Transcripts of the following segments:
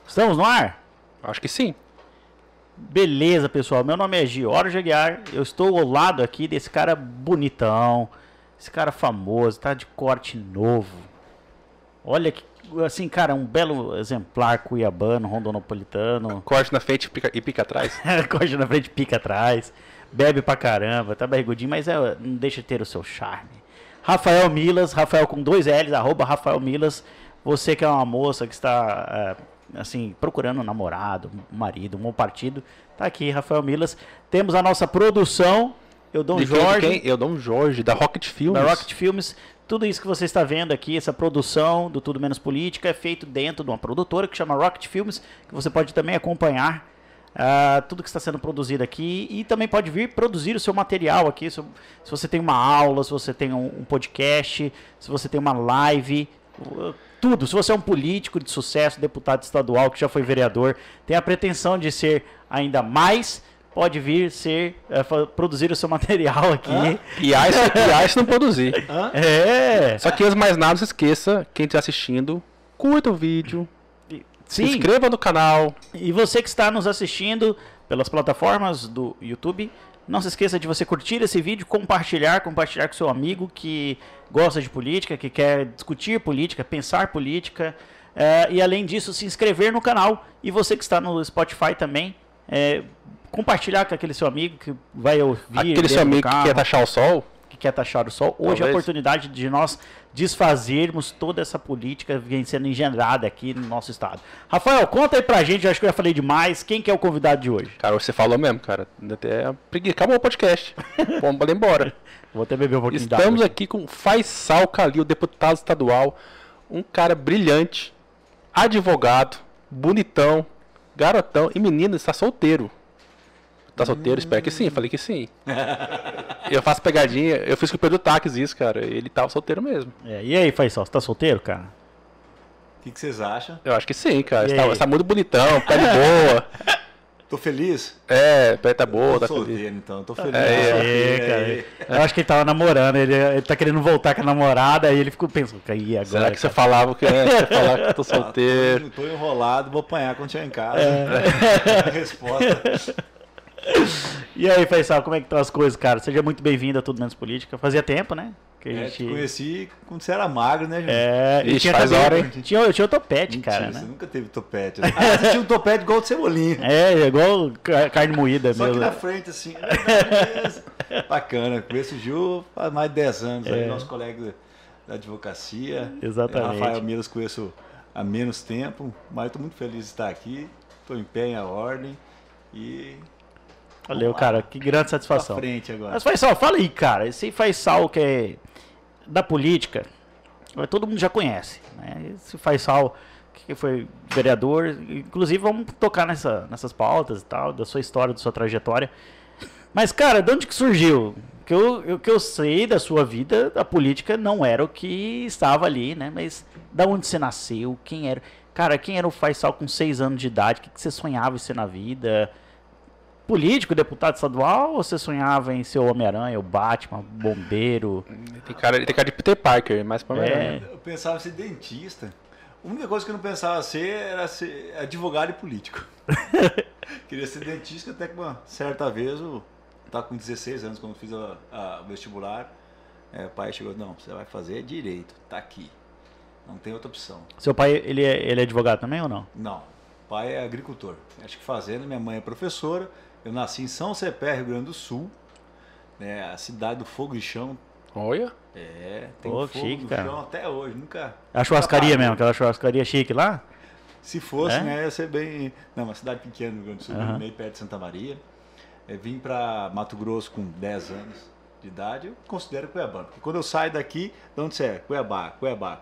Estamos no ar? Acho que sim. Beleza, pessoal. Meu nome é Giorgio Aguiar. Eu estou ao lado aqui desse cara bonitão. Esse cara famoso, tá de corte novo. Olha que, assim, cara, um belo exemplar cuiabano, rondonopolitano. Corte na frente e pica atrás. Corte na frente, pica atrás. Bebe pra caramba, tá barrigudinho, mas não deixa de ter o seu charme. Rafael Milas, Rafael com 2 L's, @Rafael Milas. Você que é uma moça que está, assim, procurando um namorado, um marido, um bom partido, tá aqui, Rafael Milas. Temos a nossa produção, Eudom Jorge. Eudom Jorge, da Rocket Filmes. Da Rocket Filmes. Tudo isso que você está vendo aqui, essa produção do Tudo Menos Política, é feito dentro de uma produtora que chama Rocket Filmes, que você pode também acompanhar tudo que está sendo produzido aqui e também pode vir produzir o seu material aqui. Se você tem uma aula, se você tem um podcast, se você tem uma live, tudo. Se você é um político de sucesso, deputado estadual que já foi vereador, tem a pretensão de ser ainda mais, pode vir produzir o seu material aqui. E aí se não produzir. Só que antes de mais nada, não se esqueça, quem estiver assistindo, curta o vídeo. Sim. Se inscreva no canal. E você que está nos assistindo pelas plataformas do YouTube, não se esqueça de você curtir esse vídeo, compartilhar com seu amigo que gosta de política, que quer discutir política, pensar política. E além disso, se inscrever no canal. E você que está no Spotify também, compartilhar com aquele seu amigo que vai ouvir. Aquele seu amigo que quer taxar o sol. Que quer taxar o sol. Hoje é a oportunidade de nós desfazermos toda essa política que vem sendo engendrada aqui no nosso estado. Rafael, conta aí pra gente, acho que eu já falei demais, quem que é o convidado de hoje? Cara, você falou mesmo, cara. Até acabou o podcast. Vamos embora. Vou até beber um pouquinho de água. Estamos aqui com Faisal Khalil, deputado estadual, um cara brilhante, advogado, bonitão, garotão e menino, está solteiro. Tá solteiro? Espero que sim, falei que sim. Eu faço pegadinha, eu fiz com o Pedro Taques isso, cara. Ele tava solteiro mesmo. E aí, Faisal, você tá solteiro, cara? O que vocês acham? Eu acho que sim, cara. Você tá muito bonitão, pele boa. Tô feliz? Pele tá boa, tá solteiro, feliz. Então, tô feliz. Cara. Eu acho que ele tava namorando, ele tá querendo voltar com a namorada, aí ele ficou pensando, e agora? Será que você falava que você falava que eu tô solteiro? Tô enrolado, vou apanhar quando chegar em casa. A resposta. E aí, Faisal, como é que estão as coisas, cara? Seja muito bem-vindo a Tudo Menos Política. Fazia tempo, né? Que a gente... te conheci quando você era magro, né, gente? Ixi, faz hora, hein? Eu tinha o topete, cara, né? Você nunca teve topete. Né? Você tinha um topete igual o de Cebolinha. Igual carne moída Só mesmo. Só que na frente, assim. Bacana. Conheço o Gil faz mais de 10 anos. Aí, nosso colega da advocacia. Exatamente. Rafael Milas conheço há menos tempo, mas estou muito feliz de estar aqui. Estou em pé, em ordem. E... Valeu, cara. Que grande satisfação. Pra frente agora. Mas, Faisal, fala aí, cara. Esse Faisal que é da política, todo mundo já conhece, né? Esse Faisal que foi vereador, inclusive vamos tocar nessas pautas e tal, da sua história, da sua trajetória. Mas, cara, de onde que surgiu? O que eu sei da sua vida, a política não era o que estava ali, né? Mas da onde você nasceu? Quem era? Cara, quem era o Faisal com 6 anos de idade? O que você sonhava em ser na vida? Político, deputado estadual, ou você sonhava em ser o Homem-Aranha, o Batman, bombeiro? Ele tem cara de Peter Parker, mais pra Homem-Aranha. Eu pensava em ser dentista. A única coisa que eu não pensava ser era ser advogado e político. Queria ser dentista, até que uma certa vez, eu estava com 16 anos quando fiz o vestibular. O pai chegou, não, você vai fazer direito, tá aqui. Não tem outra opção. Seu pai, ele é advogado também ou não? Não, pai é agricultor. Acho que fazenda, minha mãe é professora. Eu nasci em São Cepé, Rio Grande do Sul, né, a cidade do fogo e chão. Olha. Tem fogo chique, no chão até hoje, nunca... A churrascaria mesmo, aquela churrascaria chique lá? Se fosse, né, ia ser bem... Não, uma cidade pequena no Rio Grande do Sul, meio perto de Santa Maria. Vim para Mato Grosso com 10 anos de idade, eu considero Cuiabá. Porque quando eu saio daqui, de onde você é? Cuiabá. Cuiabá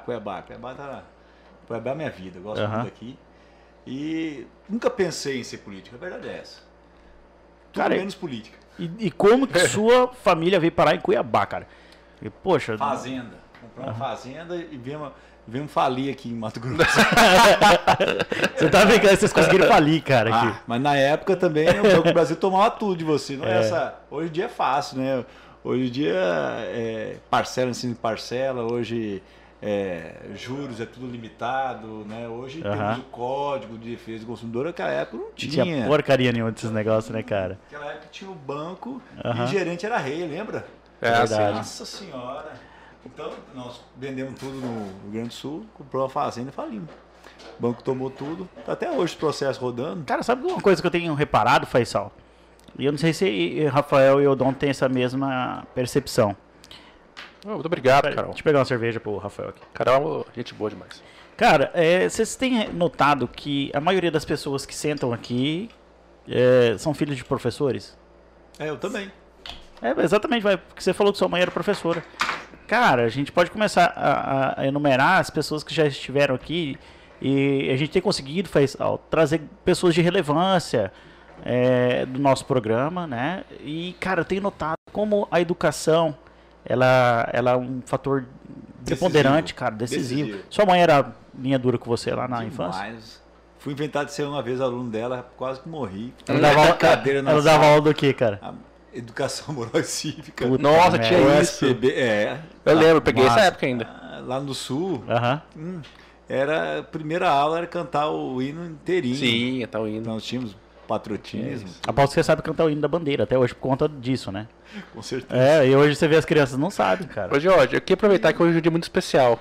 é minha vida, eu gosto muito daqui. E nunca pensei em ser político, a verdade é essa. Tudo menos política. E como que sua família veio parar em Cuiabá, cara? E, poxa... Fazenda. Comprou uma fazenda e viemos falir aqui em Mato Grosso. Você tá vendo que vocês conseguiram falir, cara. Aqui. Mas na época também o Banco do Brasil tomava tudo de você. Não é essa... Hoje em dia é fácil, né? Hoje em dia parcela em cima de parcela. Hoje juros é tudo limitado, né? Hoje Aham. temos o Código de Defesa do Consumidor, naquela época não Não tinha. tinha porcaria nenhuma desses negócios, né, cara? Naquela época tinha o banco e Aham. o gerente era rei, lembra? É, verdade. assim. Nossa senhora! Então, nós vendemos tudo no Rio Grande do Sul, comprou a fazenda e falimos. O banco tomou tudo, tá até hoje o processo rodando. Cara, sabe uma coisa que eu tenho reparado, Faisal? E eu não sei se Rafael e o Dom têm essa mesma percepção. Muito obrigado, Pera, Carol. deixa eu pegar uma cerveja pro Rafael aqui. Carol, gente boa demais. Cara, vocês têm notado que a maioria das pessoas que sentam aqui são filhos de professores? Eu também. Exatamente, porque você falou que sua mãe era professora. Cara, a gente pode começar a enumerar as pessoas que já estiveram aqui e a gente tem conseguido, Faisal, trazer pessoas de relevância do nosso programa, né? E, cara, eu tenho notado como a educação, ela é um fator preponderante, cara, decisivo. Sua mãe era linha dura com você lá na infância? Demais. Fui inventado de ser uma vez aluno dela, quase que morri. Ela dava, cadeira na ela dava sala. aula do que, cara? A Educação Moral e Cívica. Puta Nossa, merda. tinha O isso. SPB, Eu lembro, peguei massa. essa época ainda. Lá no Sul, Aham. era a primeira aula era cantar o hino inteirinho. Sim, tá indo. Nós tínhamos patriotismo, Aposto que você sabe cantar o hino da bandeira até hoje por conta disso, né? com certeza. E hoje você vê as crianças não sabem, cara. Ô, Jorge, eu queria aproveitar que hoje é um dia muito especial.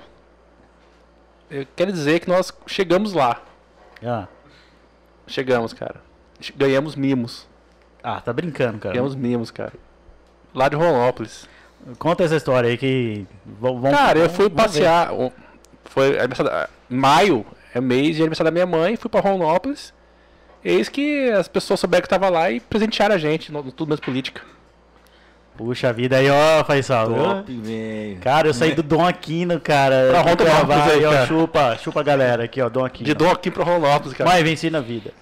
Eu quero dizer que nós chegamos lá. Ah, Chegamos, cara. Ganhamos mimos. tá brincando, cara. Ganhamos mimos, cara. Lá de Rondonópolis. Conta essa história aí que vamos. Cara, eu fui vamos ver. passear. Foi aniversário, maio é mês de aniversário da minha mãe. Fui pra Rondonópolis. Eis que as pessoas souberam que tava lá e presentearam a gente no Tudo Menos Política. Puxa vida aí, ó, Faisal. Top, velho. Cara, eu saí do Dom Aquino, cara. Pra Tem que Rondonópolis gravar aí, ó, cara. chupa a galera aqui, ó, Dom Aquino. De Dom aqui pra Rondonópolis, cara. Mãe, venci na vida.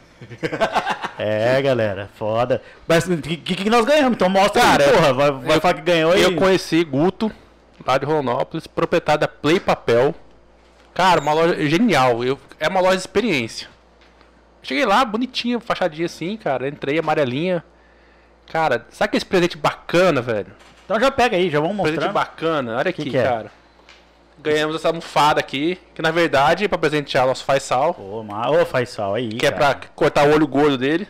Galera, foda. Mas o que nós ganhamos? Então mostra Cara, aí, porra. Vai falar que ganhou aí. Eu conheci Guto, lá de Rondonópolis, proprietário da Play Papel. Cara, uma loja genial. É uma loja de experiência. Cheguei lá, bonitinho, fachadinha assim, cara. Entrei, amarelinha. Cara, sabe aquele presente bacana, velho? Então já pega aí, já vamos Presente mostrar. bacana. Olha aqui, Que é? cara. Ganhamos essa almofada aqui, que na verdade é pra presentear nosso Faisal, Ô, Faisal, aí, que é cara. pra cortar o olho gordo dele.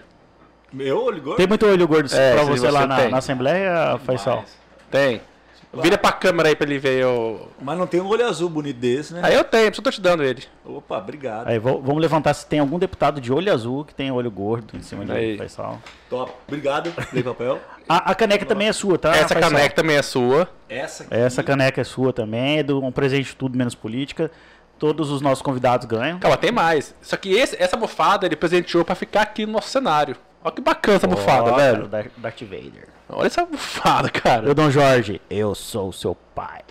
Meu olho gordo? Tem muito olho gordo pra se você lá você na tem. Assembleia, Faisal? Demais. Tem. Vira pra câmera aí pra ele ver o... Mas não tem um olho azul bonito desse, né? Aí eu tenho, só tô te dando ele. Opa, obrigado. Aí, vamos levantar se tem algum deputado de olho azul que tem olho gordo em cima Aí. de Faisal. Top. Obrigado. Dei papel. A caneca também é sua, tá? Essa Faisal? caneca também é sua. Essa aqui. Essa caneca é sua também, é um presente de Tudo Menos Política. Todos os nossos convidados ganham. Calma, tem mais. Só que essa almofada ele presenteou pra ficar aqui no nosso cenário. Olha que bacana essa almofada, Ó, velho. cara, o Darth Vader. Olha essa almofada, cara. Eu, Dom Jorge, eu sou seu pai.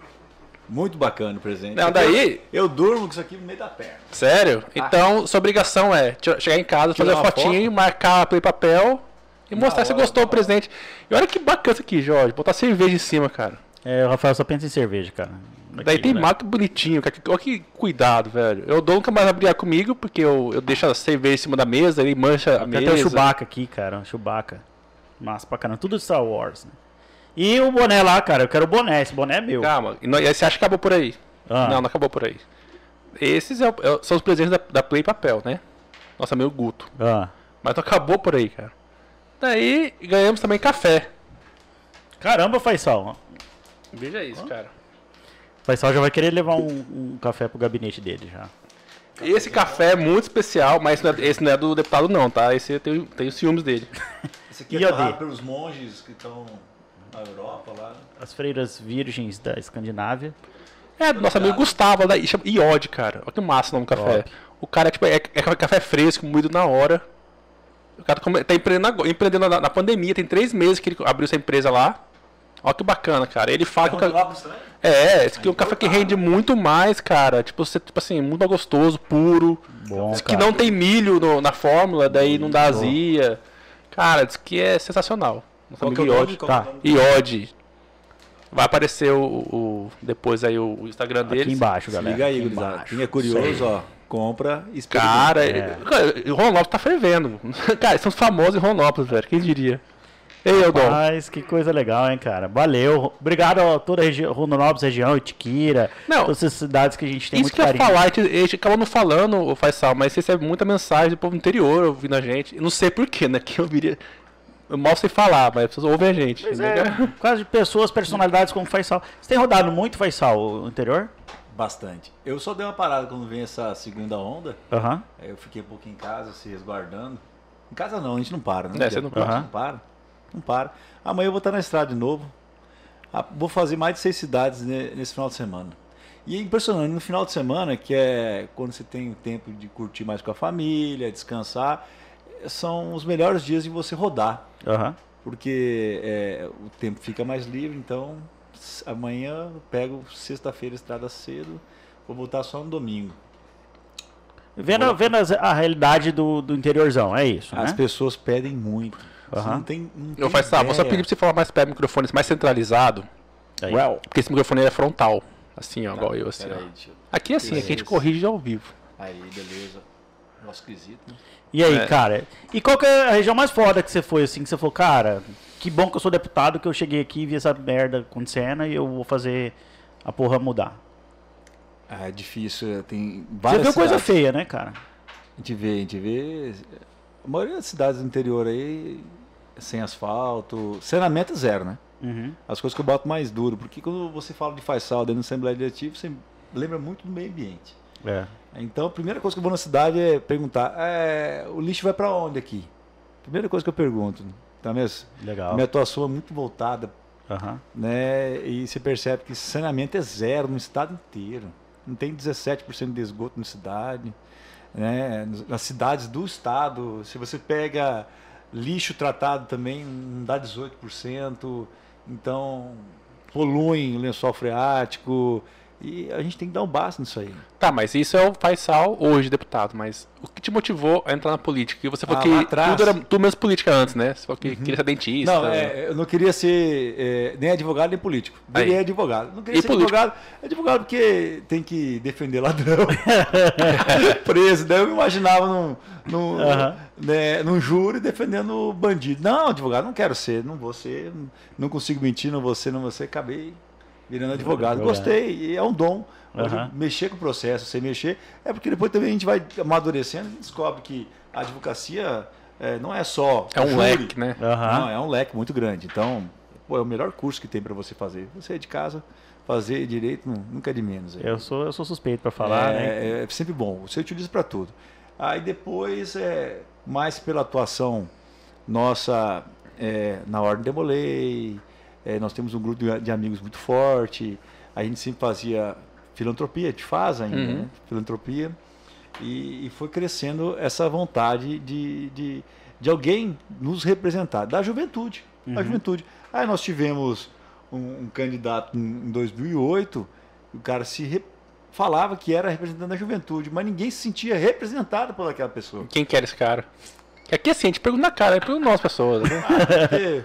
Muito bacana o presente. Não, daí... Eu durmo com isso aqui no meio da perna. Sério? Então, sua obrigação é chegar em casa, fazer Tirar uma uma fotinho, marcar a Play Papel e mostrar que você hora, gostou na do presente. E olha que bacana isso aqui, Jorge. Botar cerveja em cima, cara. O Rafael só pensa em cerveja, cara. Daí tem né? mato bonitinho, cara. Olha que cuidado, velho. Eu dou nunca mais vai brigar comigo, porque eu deixo a cerveja em cima da mesa, ele mancha a Tem mesa. até o Chewbacca aqui, cara. O Chewbacca. Massa pra caramba. Tudo Star Wars, né? E o boné lá, cara. Eu quero o boné. Esse boné é meu. Calma, e aí você acha que acabou por aí? Ah. Não acabou por aí. Esses são os presentes da Play Papel, né? Nosso amigo Guto. Ah. Mas não acabou por aí, cara. Daí ganhamos também café. Caramba, Faisal. Veja isso, cara. O Faisal já vai querer levar um café pro gabinete dele já. Esse café é muito especial, mas esse não é do deputado não, tá? Esse tem os ciúmes dele. Esse aqui E é eu torrado dei? pelos monges que estão na Europa lá. As freiras virgens da Escandinávia. É do nosso amigo Gustavo, da chama Iode, cara. Olha que massa o nome do café. Top. O cara tipo, é café fresco, moído na hora. O cara tá empreendendo na pandemia, tem 3 meses que ele abriu essa empresa lá. Olha que bacana, cara. Ele fala que esse aqui é um café que rende muito mais, cara. Tipo assim, muito mais gostoso, puro. Bom, Diz que cara. não tem milho na fórmula, daí não dá azia. Cara, diz que é sensacional. Nosso Qual que amigo é o nome? Iode. Qual que é o Tá. nome? Iode. Vai aparecer depois aí o Instagram Aqui deles. embaixo, Se galera. liga aí, Aqui gurizada. embaixo. Quem é curioso, ó, compra e Cara, É. o Ronaldo tá fervendo. Cara, eles são famosos em Ronópolis, velho. Quem diria? Ei, Eudon. Mas que coisa legal, hein, cara. Valeu. Obrigado a toda a região, Rondonópolis, região, Itiquira, Não, todas essas cidades que a gente tem Isso muito que eu ia carinho. falar, a gente acabou não falando, o Faisal, mas recebe muita mensagem do povo interior ouvindo a gente. Eu não sei porquê, né? Que eu mal sei falar, mas as pessoas ouvem a gente. Pois né? é, por causa de pessoas, personalidades como Faisal. Você tem rodado muito, Faisal, o interior? Bastante. Eu só dei uma parada quando veio essa segunda onda. Aham. Aí eu fiquei um pouco em casa, se resguardando. Em casa não, a gente não para, né? É, você não A gente para. não para. Não para. Amanhã eu vou estar na estrada de novo. Vou fazer mais de 6 cidades nesse final de semana. E é impressionante, no final de semana, que é quando você tem o tempo de curtir mais com a família, descansar, são os melhores dias de você rodar. Aham. Porque o tempo fica mais livre, então amanhã eu pego sexta-feira estrada cedo, vou voltar só no domingo. Vendo a realidade do interiorzão, é isso, As né? pessoas pedem muito. Você Aham. não tem Eu Faisal, vou só pedir pra você falar mais perto do microfone, mais centralizado, Aí. porque esse microfone é frontal. Assim, ó, igual eu, assim, ó. Peraí, deixa eu... Aqui é assim, aqui a gente corrige ao vivo. Aí, beleza. Nosso quesito, né? E aí, É. cara? E qual que é a região mais foda que você foi, assim, que você falou, cara, que bom que eu sou deputado, que eu cheguei aqui e vi essa merda acontecendo e eu vou fazer a porra mudar. É difícil, tem Você várias viu coisa cidades. feia, né, cara? A gente vê. A maioria das cidades do interior aí, sem asfalto, saneamento é zero, né? Uhum. As coisas que eu boto mais duro, porque quando você fala de Faisal dentro da Assembleia Legislativa, você lembra muito do meio ambiente. É. Então, a primeira coisa que eu vou na cidade é perguntar, o lixo vai para onde aqui? Primeira coisa que eu pergunto, tá mesmo? Legal. Minha atuação é muito voltada, Aham. né? E você percebe que saneamento é zero no estado inteiro. Não tem 17% de esgoto na cidade, né? Nas cidades do estado, se você pega lixo tratado também, não dá 18%. Então, poluem o lençol freático. E a gente tem que dar um basta nisso aí. Tá, mas isso é o Faisal hoje, deputado, mas o que te motivou a entrar na política? Que você falou Lá que atrás. tudo era tudo menos política antes, né? Você falou que queria ser dentista. Não, eu não queria ser nem advogado nem político. Aí. Virei advogado. Não queria E ser político? advogado porque tem que defender ladrão. Preso. Daí eu me imaginava Aham. num júri defendendo bandido. Não, advogado não quero ser, não vou ser, não consigo mentir, não vou ser. Acabei virando advogado. Gostei, e é um dom. Hoje, Aham. mexer com o processo, sem mexer, é porque depois também a gente vai amadurecendo e descobre que a advocacia não é só É um júri. leque, né? Aham. Não, é um leque muito grande. Então, é o melhor curso que tem para você fazer. Você é de casa, fazer direito nunca é de menos. Eu sou suspeito pra falar, né? É sempre bom. Você utiliza para tudo. Aí depois, mais pela atuação nossa na Ordem Demolei, nós temos um grupo de amigos muito forte. A gente sempre fazia filantropia, a gente faz ainda, Uhum. né? Filantropia. E foi crescendo essa vontade de alguém nos representar, da juventude. A juventude. Aí nós tivemos um candidato em 2008, o cara falava que era representante da juventude, mas ninguém se sentia representado por aquela pessoa. Quem que era esse cara? Que aqui assim, a gente pergunta na cara, pergunta nós pessoas. Né? Porque,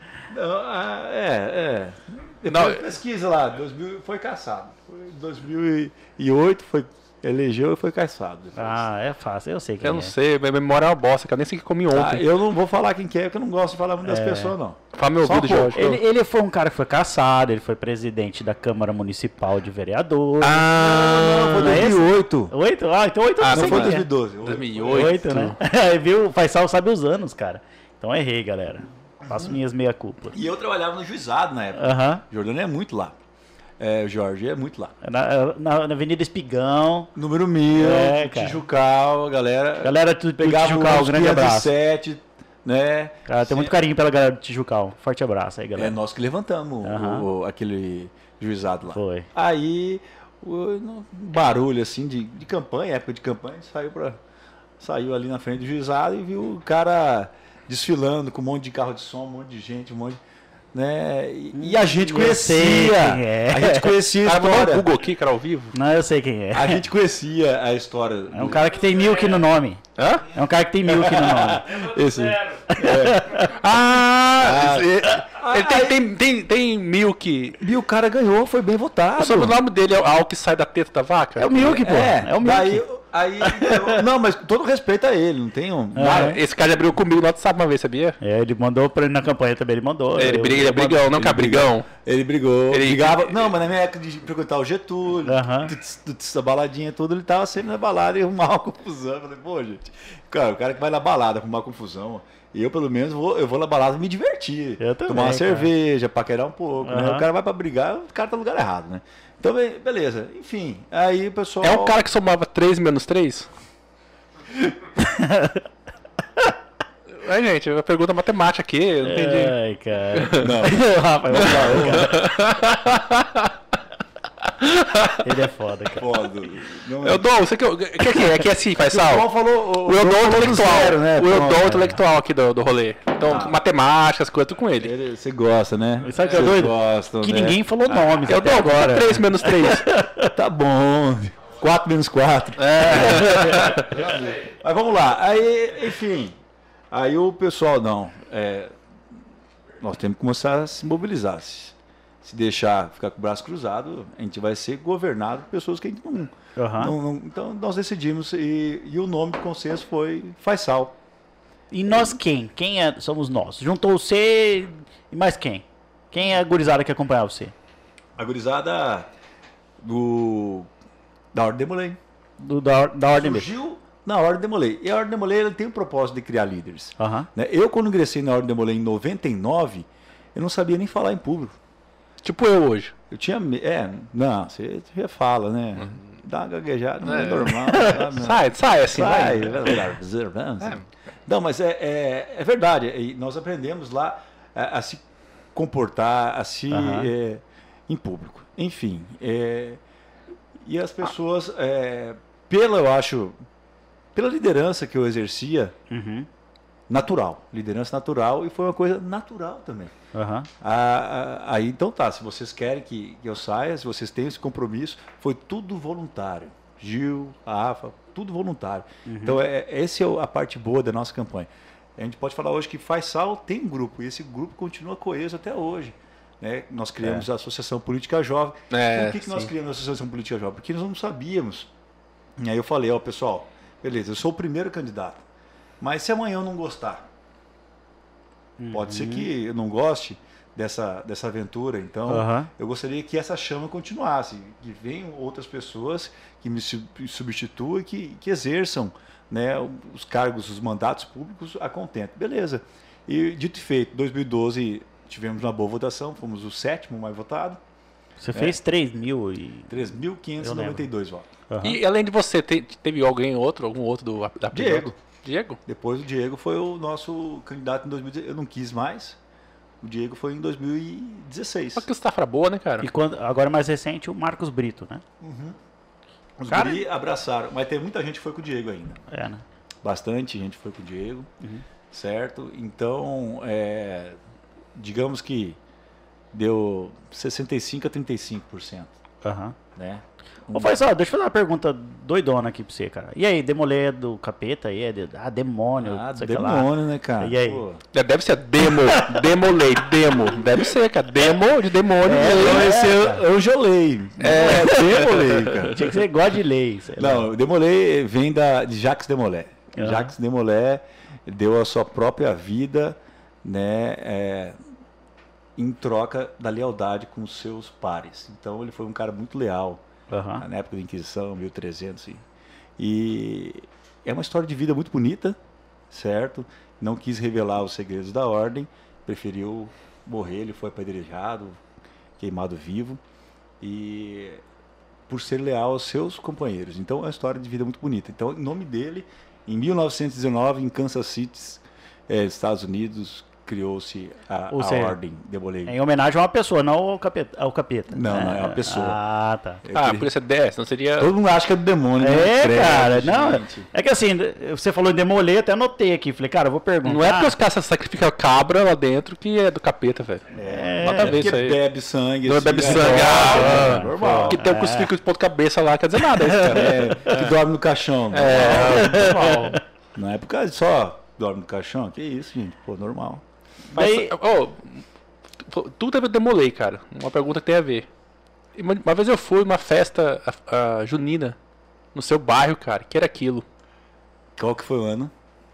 Depois Não, pesquisa lá, 2000 foi caçado. Foi 2008 elegeu e foi caçado. Depois. Ah, é fácil, eu sei quem Eu não é. sei, minha memória é uma bosta, que eu nem sei o que comi Tá, ontem. eu não vou falar quem que é, porque eu não gosto de falar muito das pessoas, não. Fala meu Só ouvido, um pouco. Jorge. Ele foi um cara que foi caçado, ele foi presidente da Câmara Municipal de Vereadores. Ah, Foi não é esse? 2008. 8? Ah, então 8 eu Ah, não Não sei foi quem é. 2012. 2008. 8, né? Viu? O Faisal sabe os anos, cara. Então errei, galera. Faço minhas meia-culpa. E eu trabalhava no juizado na época. Aham. Jordânia é muito lá. O Jorge é muito lá. Na Avenida Espigão. Número 1000, Cara. Tijucal, galera. Galera do pegava Tijucal, um grande abraço. 507, né? Cara, tem muito carinho pela galera do Tijucal. Forte abraço aí, É galera. nós que levantamos Aham. aquele juizado lá. Foi. Aí, barulho assim de campanha, época de campanha, saiu ali na frente do juizado e viu o cara desfilando com um monte de carro de som, um monte de gente, né? E a gente Eu sei conhecia. quem é. A gente conhecia a Cara, mandou um história. Google aqui, cara, ao vivo. Não, eu sei quem é. A gente conhecia a história. É um cara que tem Milk no nome. Hã? É um cara que tem Milk no nome. Esse. Ah! Ele tem Milk. E o cara ganhou, foi bem votado. O sobrenome dele é algo que sai da teta da vaca? É o Milk, pô. É o Milk. Daí Aí, não, mas todo respeito a ele, não tem um... Esse cara já brigou comigo no WhatsApp uma vez, sabia? Ele mandou pra ele na campanha também, ele mandou. Ele é brigão, não, cara, brigão. Ele brigou, Ele brigava... Não, mas na minha época de perguntar o Getúlio, a baladinha toda, ele tava sempre na balada e arrumava uma confusão. Eu falei, pô, gente, cara, o cara que vai na balada arrumar confusão, eu pelo menos eu vou na balada me divertir. Eu também, tomar uma cara. cerveja, paquerar um pouco, né? O cara vai pra brigar, o cara tá no lugar errado, né? Então, beleza. Enfim, aí o pessoal... É um cara que somava 3 menos 3? Gente, uma pergunta matemática aqui, eu não entendi. Ai, cara. Não. Rapaz, vamos lá, cara. Ele é foda, cara. Foda. Não, Eu dou, você que é que é assim, faz o João sal. falou... O eu dou João falou do intelectual, zero, né? o eu Pronto, dou é. intelectual aqui do rolê. Então, matemática, as coisas, tudo com ele. Você gosta, né? E sabe o que é Vocês doido? gostam, Que né? ninguém falou nomes Eu até dou agora. 3 menos 3. Tá bom. 4 menos 4. Mas vamos lá. Aí, enfim. Aí o pessoal, não. Nós temos que começar a se mobilizar. Se deixar ficar com o braço cruzado, a gente vai ser governado por pessoas que a gente não... Então nós decidimos e o nome do consenso foi Faisal. E nós quem? Somos nós? Juntou você e mais quem? Quem é a gurizada que acompanhava você? A gurizada da Ordem Demolei. Da ordem mesmo. Surgiu na Ordem Demolei. E a Ordem Demolei ela tem o propósito de criar líderes. Aham. Né? Eu, quando ingressei na Ordem Demolei em 99, eu não sabia nem falar em público. Tipo eu hoje. Eu tinha... não, você já fala, né? Dá uma gaguejada, não é normal. Sai assim, vai. Não, mas é verdade. E nós aprendemos lá a se comportar, em público. Enfim. E as pessoas, eu acho, pela liderança que eu exercia, natural. Liderança natural, e foi uma coisa natural também. Aí, então tá, se vocês querem que eu saia, se vocês têm esse compromisso, foi tudo voluntário. Gil, a AFA, tudo voluntário. Então, essa é a parte boa da nossa campanha. A gente pode falar hoje que Faisal tem um grupo, e esse grupo continua coeso até hoje. Né? Nós criamos a Associação Política Jovem. Por que nós criamos a Associação Política Jovem? Porque nós não sabíamos. E aí eu falei, pessoal, beleza, eu sou o primeiro candidato, mas se amanhã eu não gostar, pode ser que eu não goste dessa aventura, então eu gostaria que essa chama continuasse, que venham outras pessoas que me substituam e que exerçam, né, os cargos, os mandatos públicos a contento. Beleza. E dito e feito, 2012 tivemos uma boa votação, fomos o 7º mais votado. Você fez 3.592 votos. E além de você, teve algum outro da Diego. Diego? Depois o Diego foi o nosso candidato em 2016. Eu não quis mais. O Diego foi em 2016. Só que o Safra boa, né, cara? E agora mais recente, o Marcos Brito, né? Os guri abraçaram. Mas tem muita gente que foi com o Diego ainda. Né? Bastante gente foi com o Diego. Certo? Então, digamos que deu 65% a 35%. Né? Ô, Faisal, deixa eu fazer uma pergunta doidona aqui pra você, cara. E aí, Demolei é do capeta aí? Demônio, não sei o que lá. Demônio, né, cara? E aí? Pô. Deve ser Demolei, demo. Deve ser, cara. Demo de demônio. Esse é Anjolei. Demolei, cara. Tinha que ser God de lei. Não, o Demolei vem de Jacques Demolay. Jacques Demolay deu a sua própria vida, né, em troca da lealdade com os seus pares. Então ele foi um cara muito leal na época da Inquisição, 1300. E é uma história de vida muito bonita, certo? Não quis revelar os segredos da ordem, preferiu morrer, ele foi apedrejado, queimado vivo, e por ser leal aos seus companheiros. Então é uma história de vida muito bonita. Então, em nome dele, em 1919, em Kansas City, Estados Unidos, criou-se a Ordem Demolei. Em homenagem a uma pessoa, não ao capeta. Não, não é uma pessoa. Ah, tá. Por isso é 10, não seria... Todo mundo acha que é do demônio, né? Cara, não. É que assim, você falou de Demolei, até anotei aqui. Falei, cara, eu vou perguntar. Não é porque os caras sacrificam cabra lá dentro que é do capeta, velho. Nada a ver isso aí. Bebe sangue. Não bebe sangue. Normal. Que tem o crucifixo de ponta cabeça lá, quer dizer nada. Que dorme no caixão. Normal. Não é por causa só dorme no caixão? Que isso, gente. Pô, normal. Mas, tu teve Demolei, cara. Uma pergunta que tem a ver. Uma vez eu fui numa festa junina no seu bairro, cara, que era aquilo? Qual que foi o ano?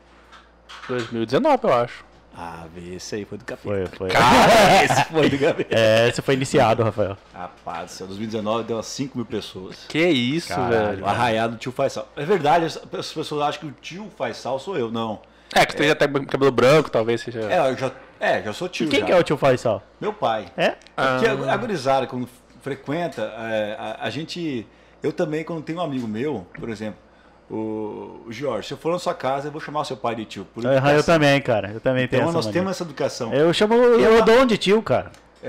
2019, eu acho. Ah, esse aí foi do capeta. Foi. Cara, esse foi do capeta. Esse foi iniciado, Rafael. Rapaz, do céu, 2019 deu umas 5 mil pessoas. Que isso, Caralho. velho. O arraiado do tio Faisal. É verdade, as pessoas acham que o tio Faisal sou eu, não. É, que você já tem cabelo branco, talvez seja. Já sou tio. E quem já. que é o tio Faisal? Meu pai. É? Porque a gurizada, quando frequenta, a gente. Eu também, quando tenho um amigo meu, por exemplo, o Jorge, se eu for na sua casa, eu vou chamar o seu pai de tio. Por Eu educação. também, cara. Eu também tenho Então essa nós mania. temos essa educação. Eu chamo o Dom de tio, cara.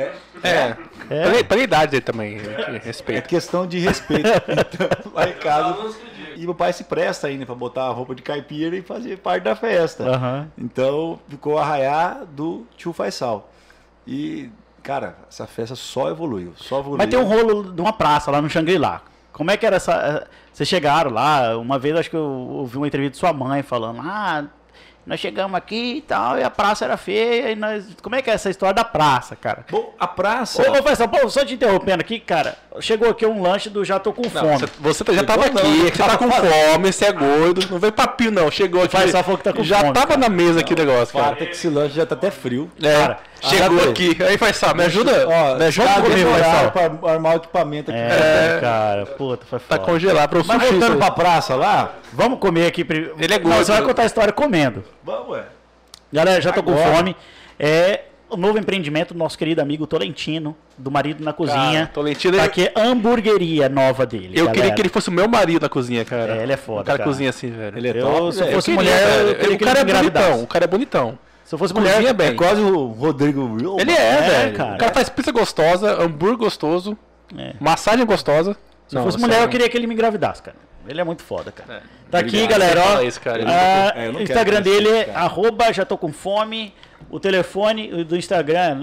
Pela idade dele também, É respeito. questão de respeito. Então, lá em casa. E meu pai se presta ainda pra botar a roupa de caipira e fazer parte da festa. Aham. Então ficou arraiar do tio Faisal. E, cara, essa festa só evoluiu. Mas tem um rolo de uma praça lá no Xangri-Lá. Como é que era essa... Vocês chegaram lá, uma vez acho que eu ouvi uma entrevista de sua mãe falando, nós chegamos aqui e tal, e a praça era feia, e nós... Como é que é essa história da praça, cara? Bom, a praça. Ô, Faisal, pô, só te interrompendo aqui, cara, chegou aqui um lanche do Já Tô Com Fome. Você já tava aqui, você tá com fome, você é gordo, não veio papinho não, chegou aqui. Faisal falou que tá com já fome, tava cara. na mesa aqui o negócio, cara. Fato é que esse lanche já tá até frio. Cara, Chegou já aqui, aí Faisal, me ajuda, Ó, me ajuda cara, comigo, demoraram Faisal. pra armar o equipamento aqui. cara, puta, foi Tá foda. congelado pra o Mas sushi. voltando pra praça lá, Vamos comer aqui primeiro. Ele é Não, gordo. você vai contar a história comendo. vamos, Galera, Já Tô Com Agora. Fome. É o novo empreendimento do nosso querido amigo Tolentino, do Marido na Cozinha. Tolentino, Tá aqui a hamburgueria nova dele. eu galera. queria que ele fosse o meu marido na cozinha, cara. É, ele é foda, O cara cara. cozinha assim, velho. Ele é Eu, top, se eu velho. fosse Eu queria, mulher, velho. eu queria que O cara ele é engravidasse. bonitão, o cara é bonitão. Se eu fosse Cozinha mulher, bem. É quase o Rodrigo Real. Ele é, velho. cara. O cara faz pizza gostosa, hambúrguer gostoso, É. massagem gostosa. Se eu fosse mulher, eu queria que ele me engravidasse, cara. Ele é muito foda, cara. É. Tá aqui, Obrigado. galera, ó. Fala isso, cara. Ele- eu não O quero Instagram conhecer dele esse é cara. @já tô com fome. O telefone do Instagram é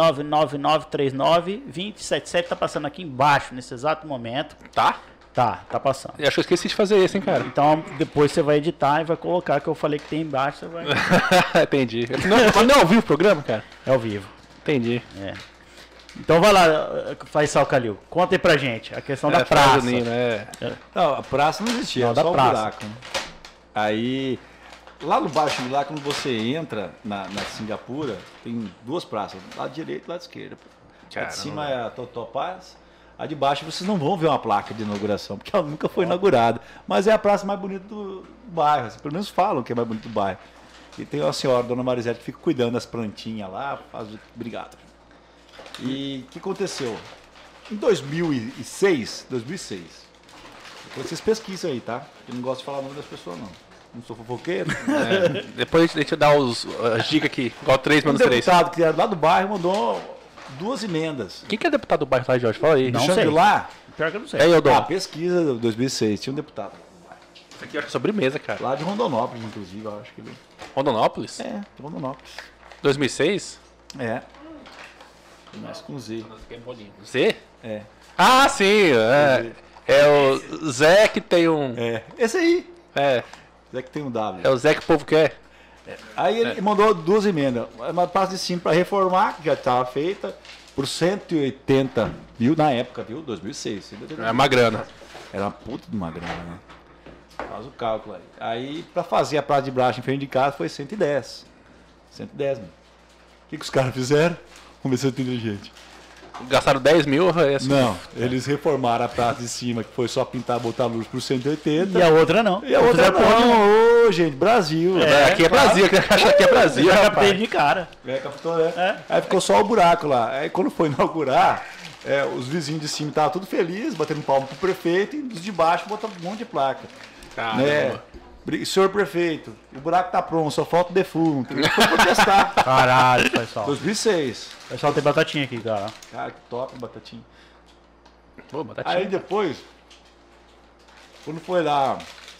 99939-2077. Tá passando aqui embaixo, nesse exato momento. Tá? Tá passando. Eu acho que eu esqueci de fazer esse, hein, cara. Então, depois você vai editar e vai colocar que eu falei que tem embaixo, você vai... Entendi. Não ouviu o programa, cara? É ao vivo. Entendi. É. Então vai lá, Faisal Calil. Conta aí pra gente a questão da festa praça. junina, Não, a praça não existia, Não, era da só praça. o buraco. Né? Aí, lá no baixo, lá quando você entra na Singapura, tem duas praças, lado direito e lado esquerdo. A Caramba. de cima é a Totopaz, a de baixo vocês não vão ver uma placa de inauguração, porque ela nunca foi inaugurada. Mas é a praça mais bonita do bairro, assim, pelo menos falam que é mais bonita do bairro. E tem uma senhora, Dona Marisete, que fica cuidando das plantinhas lá, faz... Obrigado. E o que aconteceu? Em 2006, depois vocês pesquisam aí, tá? Eu não gosto de falar o nome das pessoas, não. Não sou fofoqueiro. Depois deixa eu dar as dicas aqui, igual 3 Um menos 3. deputado que era lá do bairro mandou 2 emendas. Quem que é deputado do bairro lá, Jorge? Fala aí. Não Deixa sei. eu ir lá. Pior que eu não sei. É eu, Dom. Ah, pesquisa de 2006, tinha um deputado. Isso aqui é sobremesa, cara. Lá de Rondonópolis, inclusive, eu acho que ele... Rondonópolis? É, de Rondonópolis. 2006? É. Mas com Z. Z? É. Ah, sim. É o Zé que tem um... É. Esse aí. É Zé que tem um W. o Zé que o povo quer. Aí ele mandou 2 emendas. Uma praça de cima para reformar, que já estava feita, por 180 mil na época, viu? 2006. É uma grana. Era uma puta de uma grana, né? Faz o cálculo aí. Aí, para fazer a praça de Braço em frente de casa, foi 110. 110 mil. O que os caras fizeram? Vamos ver se eu tô inteligente. Gastaram 10 mil, é assim. Não, eles reformaram a praça de cima, que foi só pintar e botar luz por 180. E a outra não. E a outra não. Ô, gente, Brasil. Aqui é Brasil, aqui é Brasil, Já rapaz. captei de cara. É, captou, né? Aí ficou só o buraco lá. Aí quando foi inaugurar, os vizinhos de cima estavam tudo felizes, batendo palma pro prefeito, e os de baixo botaram um monte de placa. Caramba. Né? Senhor prefeito, o buraco tá pronto, só falta o defunto. Ele foi protestar. Caralho, pessoal. 2006. Pessoal, tem batatinha aqui, cara. Cara, que top, batatinha. Pô, batatinha. Aí depois, quando foi lá,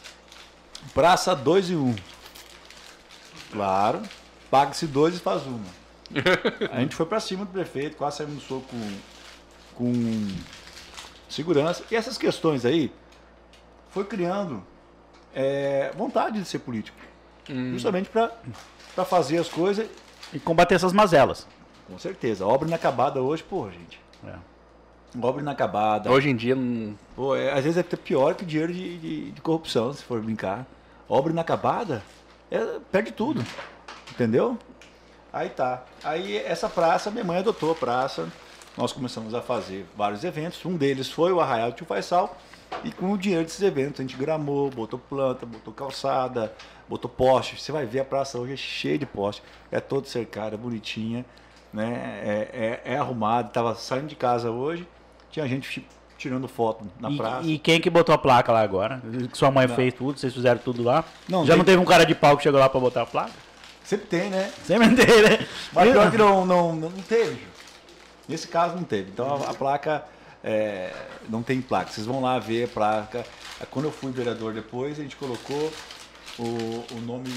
praça 2 e 1. Claro, paga-se 2 e faz uma. A gente foi pra cima do prefeito, quase saímos no soco com segurança. E essas questões aí foi criando vontade de ser político. Justamente para fazer as coisas. E combater essas mazelas. Com certeza. A obra inacabada hoje, porra, gente. É. Obra inacabada. Hoje em dia não. Pô, às vezes é até pior que dinheiro de corrupção, se for brincar. Obra inacabada, perde tudo. Entendeu? Aí tá. Aí essa praça, minha mãe adotou a praça. Nós começamos a fazer vários eventos. Um deles foi o Arraial do Tio Faisal. E com o dinheiro desses eventos a gente gramou, botou planta, botou calçada, botou poste. Você vai ver a praça hoje é cheia de poste. É toda cercada, bonitinha, né? É arrumado. Tava saindo de casa hoje, tinha gente tirando foto na praça. E quem que botou a placa lá agora? Sua mãe fez tudo, vocês fizeram tudo lá? Não, Já não teve um cara de pau que chegou lá pra botar a placa? Sempre tem, né? Sempre tem, né? Mas pior que não teve, Ju. Nesse caso não teve. Então a placa não tem placa. Vocês vão lá ver a placa. Quando eu fui vereador depois, a gente colocou o nome.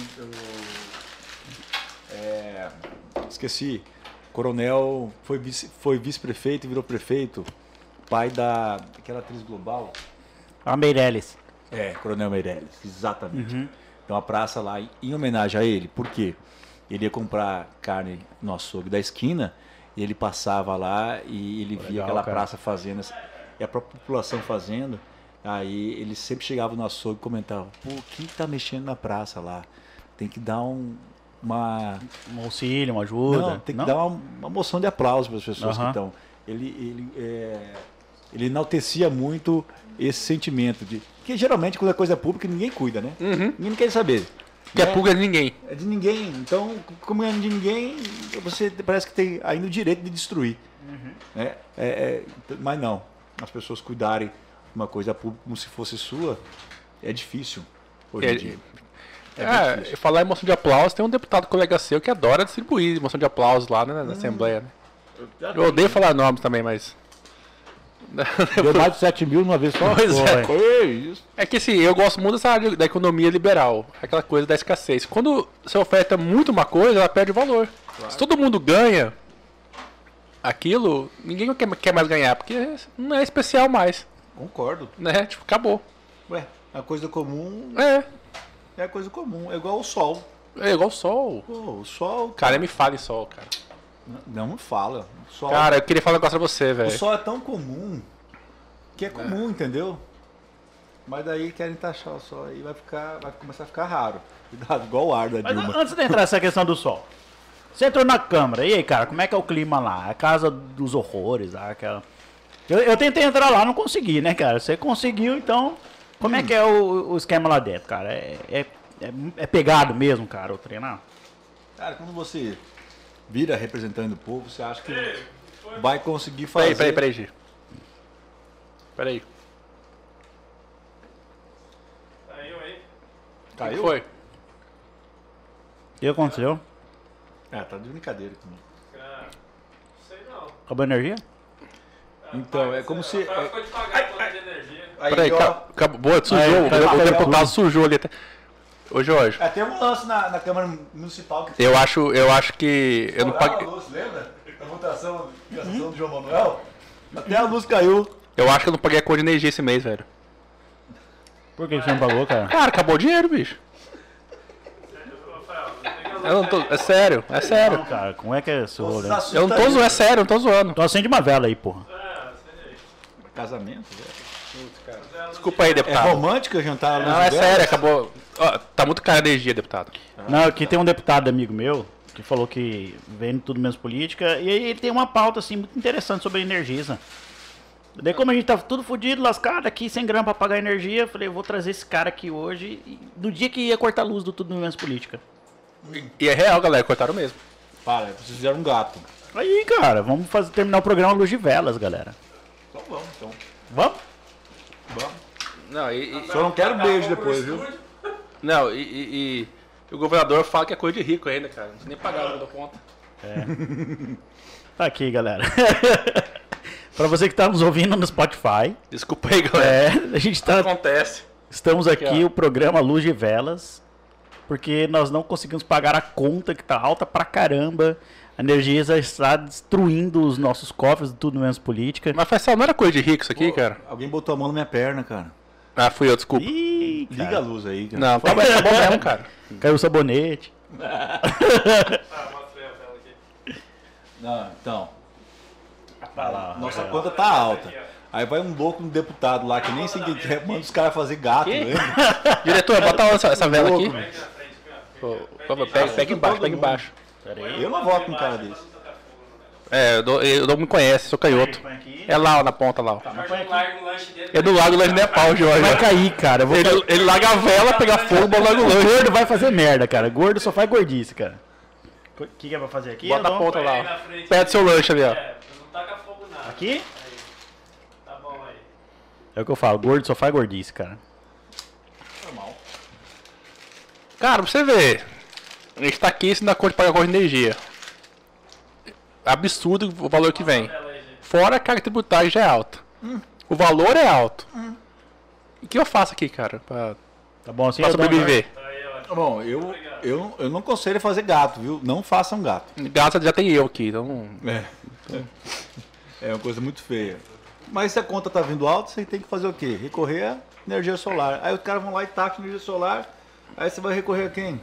Esqueci. Coronel foi vice-prefeito e virou prefeito. Pai daquela atriz global. A Meirelles. Coronel Meirelles, exatamente. Então a praça lá, em homenagem a ele, por quê? Ele ia comprar carne no açougue da esquina e ele passava lá e ele via aquela praça fazendo, e a própria população fazendo, aí ele sempre chegava no açougue e comentava, pô, quem tá mexendo na praça lá? Tem que dar um auxílio, uma ajuda. Não, tem que dar uma moção de aplauso para as pessoas que estão. Ele enaltecia muito esse sentimento de que geralmente quando é coisa pública ninguém cuida, né? Ninguém quer saber. Que é pulga de ninguém. É de ninguém. Então, como é de ninguém, você parece que tem ainda o direito de destruir. Né? Mas não. As pessoas cuidarem de uma coisa pública como se fosse sua, é difícil hoje em dia. Falar em moção de aplauso, tem um deputado colega seu que adora distribuir moção de aplauso lá, né, na Assembleia. Né? Eu odeio falar nomes também, mas... Deu mais de 7 mil numa vez só? Pois é. Foi isso. É que assim, eu gosto muito dessa área da economia liberal, aquela coisa da escassez. Quando você oferta muito uma coisa, ela perde valor. Claro. Se todo mundo ganha aquilo, ninguém quer mais ganhar, porque não é especial mais. Concordo. Né? Tipo, acabou. Ué, a coisa comum... É coisa comum, é igual o sol. É igual o sol. Pô, o sol... Cara, me fala em sol, cara. Não me fala. O sol, cara, eu queria falar um negócio pra você, velho. O sol é tão comum que é comum, entendeu? Mas daí querem taxar o sol e vai começar a ficar raro. Cuidado, igual o ar da Dilma. Mas antes de entrar nessa questão do sol, você entrou na Câmara, e aí, cara, como é que é o clima lá? A casa dos horrores, aquela... Eu tentei entrar lá, não consegui, né, cara? Você conseguiu, então... Como é que é o esquema lá dentro, cara? É pegado mesmo, cara, o treinar? Cara, quando você vira representante do povo, você acha que vai conseguir fazer... Peraí, Gi. Peraí. Caiu aí? Caiu? O que foi? O que aconteceu? Tá de brincadeira comigo. Não sei não. Acabou a energia? Então, é como se... Ficou de pagar a conta de energia. Peraí, acabou, sujou. Aí, O deputado sujou ali até. Ô, Jorge. Tem um lance na Câmara Municipal que... Eu acho que... Eu não paguei... luz, lembra? A votação do João Manuel? Até a luz caiu. Eu acho que eu não paguei a conta de energia esse mês, velho. Por que você não pagou, cara? Cara, acabou o dinheiro, bicho. Eu não tô... É sério. Não, cara, como é que é seu rolê? Eu não tô zoando, é sério, eu não tô zoando. Então acende uma vela aí, porra. Casamento, velho. Desculpa aí, É deputado. romântico jantar à luz Não, de é velas? sério, acabou. Ó, tá muito cara a energia, deputado. Não, aqui tem um deputado amigo meu que falou que vem tudo menos política, e aí ele tem uma pauta assim muito interessante sobre a Energisa. Daí como a gente tá tudo fodido, lascado aqui, sem grana pra pagar energia, eu falei, eu vou trazer esse cara aqui hoje, no dia que ia cortar a luz do tudo menos política. E é real, galera, cortaram mesmo. Para, vocês fizeram um gato. Aí, cara, vamos terminar o programa Luz de Velas, galera. Então vamos, então. Vamos? Vamos. Não, Só não quero beijo depois, viu? Não, e o governador fala que é coisa de rico ainda, cara. Não precisa nem pagar a conta. Tá aqui, galera. Pra você que tá nos ouvindo no Spotify, Desculpa aí, galera. a gente tá... Acontece. Estamos aqui, ó. o programa Luz de Velas, porque nós não conseguimos pagar a conta que tá alta pra caramba. A Energisa está destruindo os nossos cofres, tudo menos política. Mas Faisal, não era coisa de rico isso aqui, cara? Alguém botou a mão na minha perna, cara. Ah, fui eu, desculpa. Ih, cara, Liga a luz aí, cara. Não, tá bom mesmo, cara. caiu o sabonete. Tá, mostrei a tela aqui. Não, então. Vai lá, Nossa vai lá. conta tá alta. Aí vai um louco, um deputado lá, que nem sei quem que é, manda os caras fazer gato, Que? lembra? Diretor, bota essa vela aqui. Vem aqui na frente, Pô, pega embaixo, pega embaixo. Eu não voto com um cara desse. É, eu não me conhece, sou canhoto. Põe aqui. É lá, ó, na ponta lá, ó. Jorge larga o lanche dele. É do lado, o lanche não é pau, Jorge. Vai cair, cara. Eu vou Ele larga a vela, pega fogo, bota logo o lanche. Gordo vai fazer merda, cara. Gordo só faz gordice, cara. O que é pra fazer aqui? Bota a Adão? ponta Põe aí lá, na ó. frente. Pede seu lanche ali, ó. É, não taca fogo nada. Aqui? Aí. Tá bom aí. É o que eu falo. Gordo só faz gordice, cara. Normal. Cara, pra você ver. A gente tá aqui sem dar conta de pagar a conta de energia. Absurdo o valor que vem. Ela aí, gente. Fora a carga tributária já é alta. O valor é alto. O que eu faço aqui, cara, pra Tá bom assim? pra Adão? sobreviver? Tá aí, ó. Tá bom, eu não aconselho fazer gato, viu? Não façam gato. Gato já tem eu aqui, então. É uma coisa muito feia. Mas se a conta tá vindo alta, você tem que fazer o quê? Recorrer à energia solar. Aí os caras vão lá e taxam energia solar. Aí você vai recorrer a quem?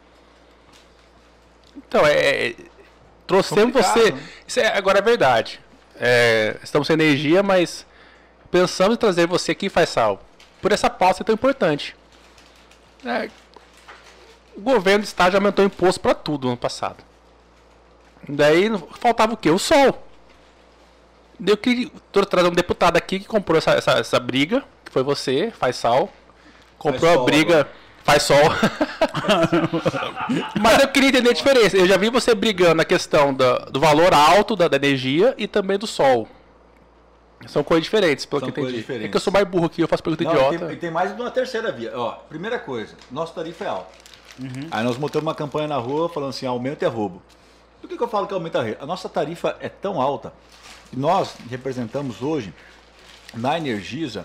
Então, trouxemos Complicado, você. né? Isso agora é verdade. Estamos sem energia, mas pensamos em trazer você aqui, Faisal, por essa pauta tão importante. O governo do estado já aumentou o imposto para tudo no ano passado. Daí faltava o quê? O sol. Daí eu queria trazer um deputado aqui que comprou essa briga, que foi você, Faisal. Comprou Faz a sol briga. agora. Faz sol. Mas eu queria entender a diferença. Eu já vi você brigando na questão do valor alto da energia e também do sol. São coisas diferentes, pelo São que eu entendi. coisas diferentes. É que eu sou mais burro aqui, eu faço pergunta Não, idiota. e tem mais de uma terceira via. Ó, primeira coisa, nosso tarifa é alto. Aí nós montamos uma campanha na rua falando assim, aumento é roubo. Por que eu falo que aumento é roubo? A nossa tarifa é tão alta que nós representamos hoje, na Energisa,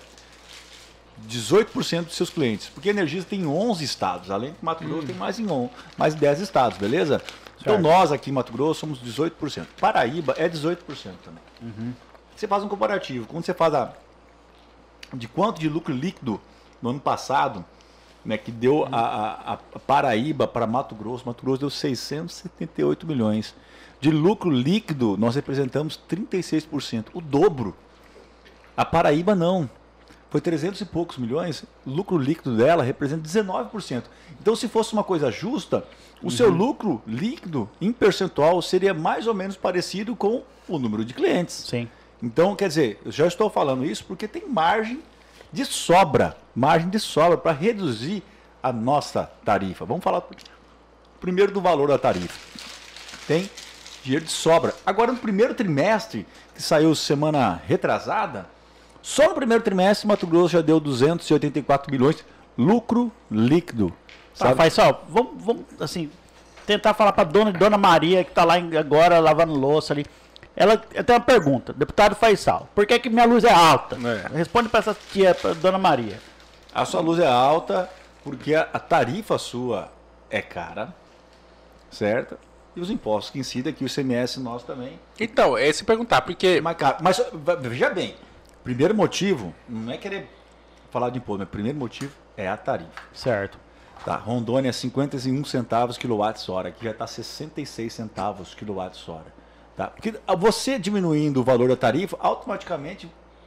18% dos seus clientes. Porque a Energisa tem 11 estados, além de Mato Grosso tem mais de 10 estados, beleza? Então nós aqui em Mato Grosso somos 18%. Paraíba é 18% também. Você faz um comparativo. Quando você faz de quanto de lucro líquido no ano passado, né, que deu a Paraíba para Mato Grosso deu 678 milhões. De lucro líquido, nós representamos 36%, o dobro. A Paraíba não. Foi 300 e poucos milhões, o lucro líquido dela representa 19%. Então, se fosse uma coisa justa, o seu lucro líquido em percentual seria mais ou menos parecido com o número de clientes. Sim. Então, quer dizer, eu já estou falando isso porque tem margem de sobra para reduzir a nossa tarifa. Vamos falar primeiro do valor da tarifa. Tem dinheiro de sobra. Agora, no primeiro trimestre, que saiu semana retrasada, só no primeiro trimestre, Mato Grosso já deu 284 milhões lucro líquido. Tá, Sabe? Faisal, vamos assim, tentar falar pra Dona Maria, que tá lá agora lavando louça ali. Ela tem uma pergunta, deputado Faisal, por que minha luz é alta? Responde pra essa tia, pra Dona Maria. A sua luz é alta porque a tarifa sua é cara, certo? E os impostos que incidem aqui, o ICMS nosso também Então, é se perguntar, porque. é mais caro. Mas veja bem, primeiro motivo, não é querer falar de imposto, mas primeiro motivo é a tarifa. Certo. Tá, Rondônia é 51 centavos kWh, aqui já está 66 centavos kWh. Tá? Porque você diminuindo o valor da tarifa, automaticamente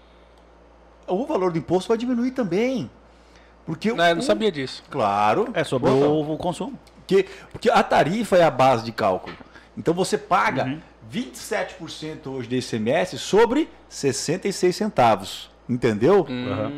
o valor do imposto vai diminuir também. Porque Não, eu não sabia disso. Claro. É sobre o consumo. Porque a tarifa é a base de cálculo. Então você paga 27% hoje de ICMS sobre 66 centavos. Entendeu?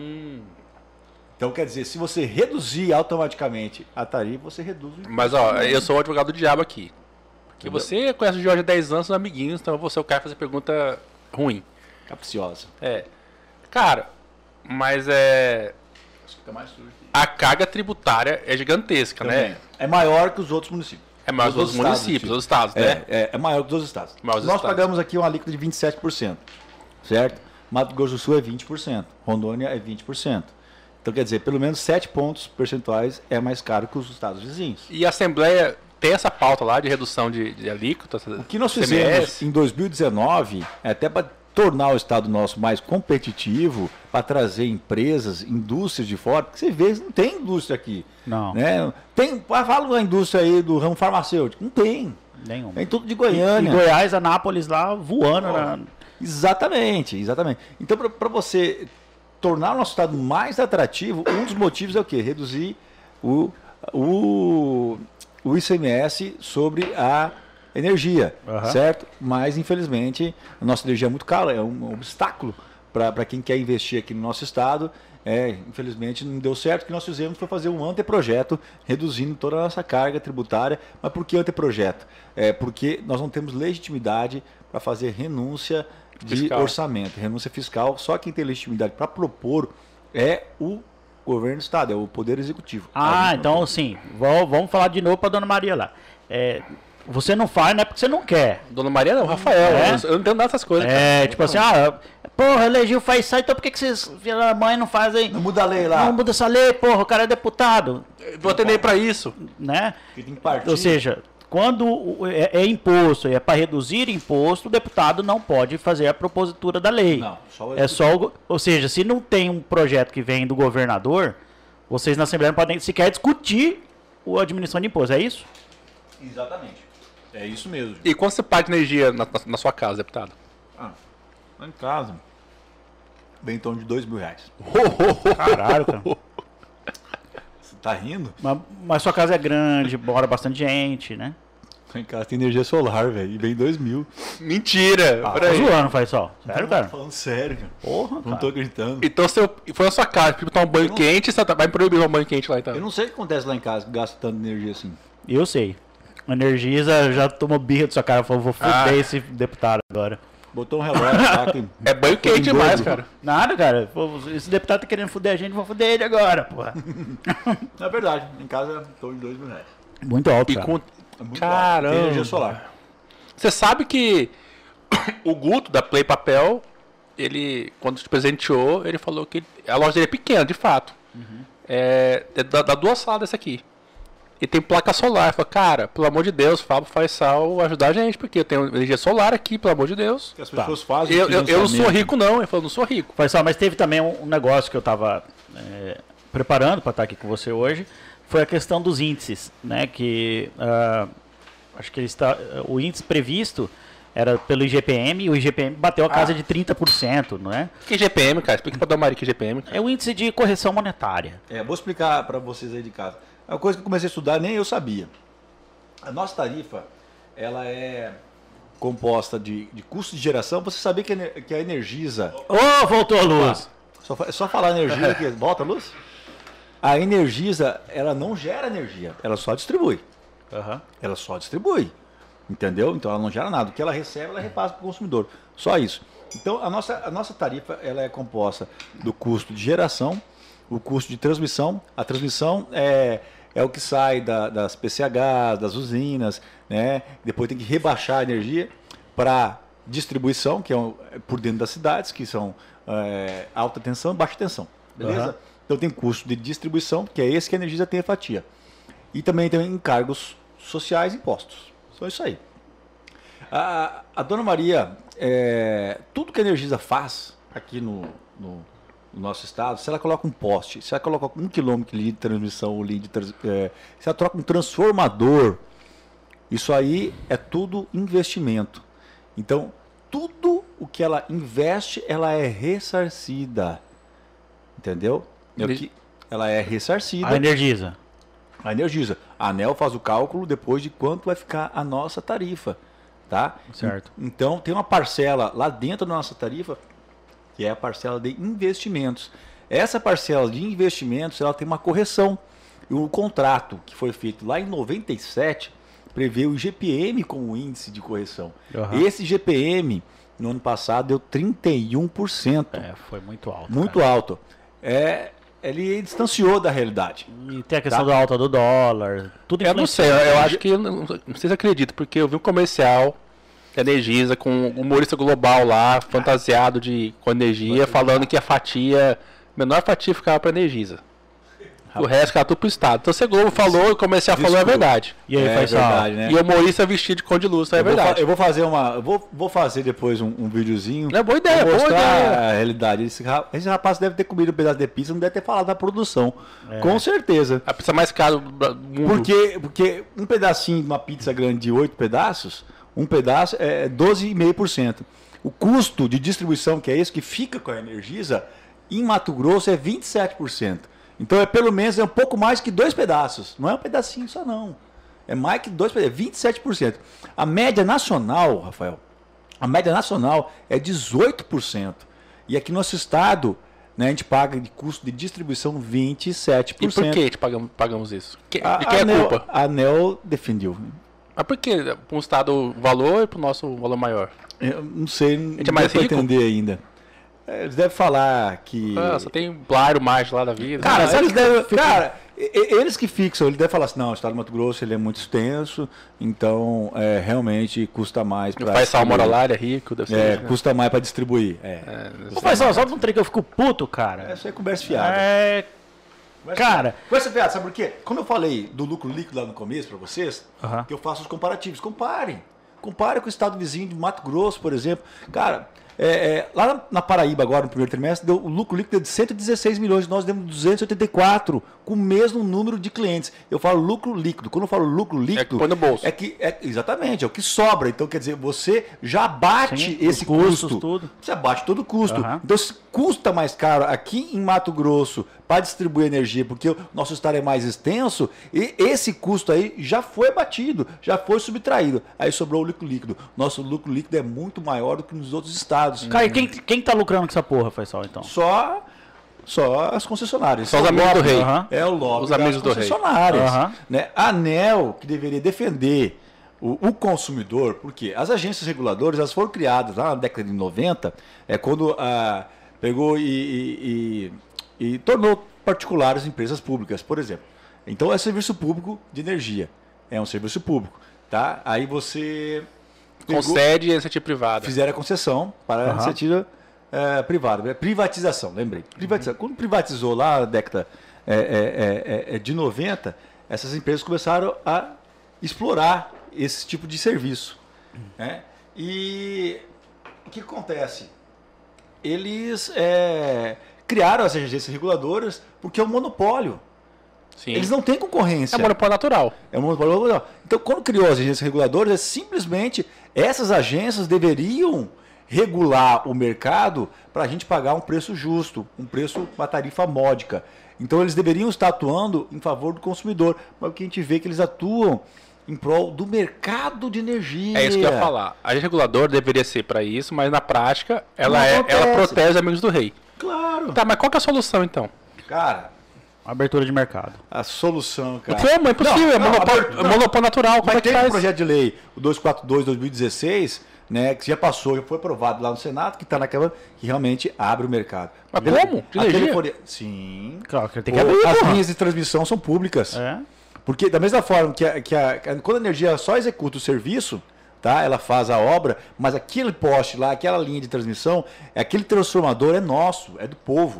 Então quer dizer, se você reduzir automaticamente a tarifa, você reduz o imposto. Mas ó, eu sou o advogado do diabo aqui. Porque você conhece o Jorge há 10 anos, são amiguinhos, então você é o cara fazer pergunta ruim. Capciosa. Cara, mas Acho que tá mais sujo aqui. a carga tributária é gigantesca, né? É maior que os outros municípios. É maior que os municípios, os estados, né? É maior que os estados. Maior dos Nós estados. pagamos aqui uma alíquota de 27%, certo? Mato Grosso do Sul é 20%, Rondônia é 20%. Então, quer dizer, pelo menos 7 pontos percentuais é mais caro que os estados vizinhos. E a Assembleia tem essa pauta lá de redução de alíquota? O que nós fizemos em 2019 é até para tornar o estado nosso mais competitivo, para trazer empresas, indústrias de fora, porque você vê, não tem indústria aqui. Não. Né? Fala da indústria aí do ramo farmacêutico. Não tem. Nenhum. Tem tudo de Em Goiânia. Goiás, Anápolis lá voando. Exatamente, exatamente. Então, para você tornar o nosso estado mais atrativo, um dos motivos é o quê? Reduzir o ICMS sobre a energia, certo? Mas, infelizmente, a nossa energia é muito cara, é um obstáculo para quem quer investir aqui no nosso estado. Infelizmente não deu certo. O que nós fizemos foi fazer um anteprojeto, reduzindo toda a nossa carga tributária. Mas por que anteprojeto? Porque nós não temos legitimidade para fazer renúncia de Fiscal. orçamento, renúncia fiscal. Só quem tem legitimidade para propor é o governo do estado, é o Poder Executivo. Então assim, vamos falar de novo para Dona Maria lá. Você não faz, não é porque você não quer. Dona Maria não, Rafael. Eu não entendo nada dessas coisas. cara. Tipo assim, porra, elegeu faz isso, então por que vocês, filha da mãe, não fazem? Não muda a lei lá. Não muda essa lei, porra, o cara é deputado, Vou atender pra isso. né? Que tem partido. Ou seja, quando é imposto, é para reduzir imposto, o deputado não pode fazer a propositura da lei. Não, só o É só ou seja, se não tem um projeto que vem do governador, vocês na Assembleia não podem sequer discutir a diminuição de imposto, é isso? Exatamente. É isso mesmo. E quanto você paga de energia na sua casa, deputado? Lá em casa, bem em torno de R$2.000. Caralho, cara. Você tá rindo? Mas sua casa é grande, mora bastante gente, né? Lá em casa tem energia solar, velho, e vem 2.000. Mentira! Tá Peraí. zoando, faz só. Sério, cara? Falando sério, cara. Porra, Não cara. tô acreditando. Então você foi na sua casa, pra tomar um banho quente, você vai proibir um banho quente lá então. Eu não sei o que acontece lá em casa que gasta tanta energia assim. Eu sei. A Energisa já tomou birra da sua cara, falou, vou foder esse deputado agora. Botou um relógio lá que... É banho quente demais, cara. Nada, cara. Pô, esse deputado tá querendo foder a gente, vou foder ele agora, porra. Não é verdade, em casa é em torno de R$2.000. Muito alto, E cara. com... É muito Caramba. alto. Tem energia solar. Você sabe que o Guto, da Play Papel, ele, quando se presenteou, ele falou que a loja dele é pequena, de fato. Dá 2 salas dessa aqui. E tem placa solar. Falei, cara, pelo amor de Deus, Fábio Faisal ajudar a gente, porque eu tenho energia solar aqui, pelo amor de Deus. Que as pessoas fazem Eu não sou financiamento. rico, não. Ele falou, não sou rico. Faz só, mas teve também um negócio que eu tava preparando para estar aqui com você hoje, foi a questão dos índices, né? Que acho que o índice previsto era pelo IGPM, e o IGPM bateu a casa de 30%, não é? Que GPM, cara? Explica pra Dona Maria que é GPM. É o índice de correção monetária. Vou explicar para vocês aí de casa. É uma coisa que eu comecei a estudar, nem eu sabia. A nossa tarifa, ela é composta de custo de geração. Você sabia que a Energisa... Voltou a luz! É só falar energia que volta a luz? A Energisa, ela não gera energia, ela só distribui. Ela só distribui. Entendeu? Então ela não gera nada. O que ela recebe, ela repassa para o consumidor. Só isso. Então a nossa tarifa, ela é composta do custo de geração, o custo de transmissão. A transmissão é o que sai das PCHs, das usinas, né? Depois tem que rebaixar a energia para distribuição, que é por dentro das cidades, que são alta tensão e baixa tensão. Beleza? Então tem custo de distribuição, que é esse que a Energisa tem a fatia. E também tem encargos sociais e impostos. Só isso aí. A Dona Maria, tudo que a Energisa faz aqui no nosso estado, se ela coloca um poste, se ela coloca 1 quilômetro de transmissão, se ela troca um transformador, isso aí é tudo investimento. Então, tudo o que ela investe, ela é ressarcida. Entendeu? Ela é ressarcida. A Energisa. A Energisa. A ANEEL faz o cálculo depois de quanto vai ficar a nossa tarifa. Tá? Certo. Então, tem uma parcela lá dentro da nossa tarifa, que é a parcela de investimentos. Essa parcela de investimentos, ela tem uma correção. E o contrato que foi feito lá em 97 prevê o IGPM como índice de correção. Esse IGPM, no ano passado, deu 31%. Foi muito alto. Muito alto. Ele distanciou da realidade. E tem a questão da alta do dólar, tudo Eu não sei, eu acho que, não sei se acredito, porque eu vi um comercial da Energisa com um humorista global lá, fantasiado com energia, falando que a menor fatia ficava para Energisa. O resto ficava tudo pro Estado. Então, se a Globo falou e o comercial falou, é verdade. E aí faz verdade, né? E o humorista vestido de Conde Lúcio, é verdade. Eu vou fazer depois um videozinho. É boa ideia, pra boa mostrar ideia. a realidade. Esse rapaz deve ter comido um pedaço de pizza, não deve ter falado da produção. Com certeza. A pizza mais cara do mundo. Porque um pedacinho de uma pizza grande de 8 pedaços, um pedaço é 12,5%. O custo de distribuição, que é esse que fica com a Energisa, em Mato Grosso é 27%. Então é pelo menos um pouco mais que 2 pedaços. Não é um pedacinho só não. É mais que 2 pedaços, 27%. A média nacional, Rafael, a média nacional é 18%. E aqui no nosso estado, né, a gente paga de custo de distribuição 27%. E por que a gente pagamos isso? De quem é a ANEEL, culpa? a ANEEL defendeu. Mas por que? Para um estado o valor e para o nosso valor maior? Eu não sei, não gente é mais deu pra rico? entender ainda. Eles devem falar que... Só tem Blário mais lá da vida. Cara, Ah, eles devem, eles que fixam, ele deve falar assim, não, o estado do Mato Grosso ele é muito extenso, então realmente custa mais para faz sal mora lá, ele é rico, deve ser. custa mais para distribuir. Ô, Faisal, só um trem que eu fico puto, cara. Isso é conversa fiada. Cara... Conversa fiada, sabe por quê? Quando eu falei do lucro líquido lá no começo para vocês, Aham. que eu faço os comparativos. Comparem com o estado vizinho de Mato Grosso, por exemplo. Cara, lá na Paraíba agora, no primeiro trimestre, deu o lucro líquido de 116 milhões, nós demos 284, com o mesmo número de clientes. Eu falo lucro líquido. Quando eu falo lucro líquido... É que põe no bolso. Exatamente, é o que sobra. Então, quer dizer, você já abate Sim, esse os custos, custo. tudo. Você abate todo o custo. Aham. Então, se custa mais caro aqui em Mato Grosso para distribuir energia, porque o nosso estado é mais extenso, e esse custo aí já foi abatido, já foi subtraído. Aí sobrou o lucro líquido. Nosso lucro líquido é muito maior do que nos outros estados. Cara, e quem tá lucrando com essa porra, Faisal, então? Só as concessionárias. Só os amigos do rei. Aham. É o lobby Os amigos das do rei. concessionárias. Aham. Né? A ANEEL, que deveria defender o consumidor, porque as agências reguladoras elas foram criadas lá na década de 90, quando pegou e tornou particulares empresas públicas, por exemplo. Então é serviço público de energia. É um serviço público. Tá? Aí você Concede iniciativa privada. fizeram a concessão para a Aham. iniciativa privada. Privatização, lembrei. Quando privatizou lá na década de 90, essas empresas começaram a explorar esse tipo de serviço. Né? E o que acontece? Eles criaram as agências reguladoras porque é um monopólio. Sim. Eles não têm concorrência. É monopólio natural. É um monopólio natural. Então, quando criou as agências reguladoras, simplesmente essas agências deveriam regular o mercado para a gente pagar um preço justo, uma tarifa módica. Então, eles deveriam estar atuando em favor do consumidor. Mas o que a gente vê é que eles atuam em prol do mercado de energia. É isso que eu ia falar. A agência reguladora deveria ser para isso, mas na prática ela acontece. protege os amigos do rei. Claro. Tá, mas qual que é a solução então? Cara, Abertura de mercado. a solução, cara... Como? É impossível, é monopólio natural. Como Mas é que tem um faz? projeto de lei, o 242/2016, né, que já passou, já foi aprovado lá no Senado, que está na Câmara, que realmente abre o mercado. Mas como? De A energia? telefonia... Sim. Claro, que tem que abrir, As porra. linhas de transmissão são públicas. É. Porque da mesma forma que quando a energia só executa o serviço, tá? Ela faz a obra, mas aquele poste lá, aquela linha de transmissão, aquele transformador é nosso, é do povo.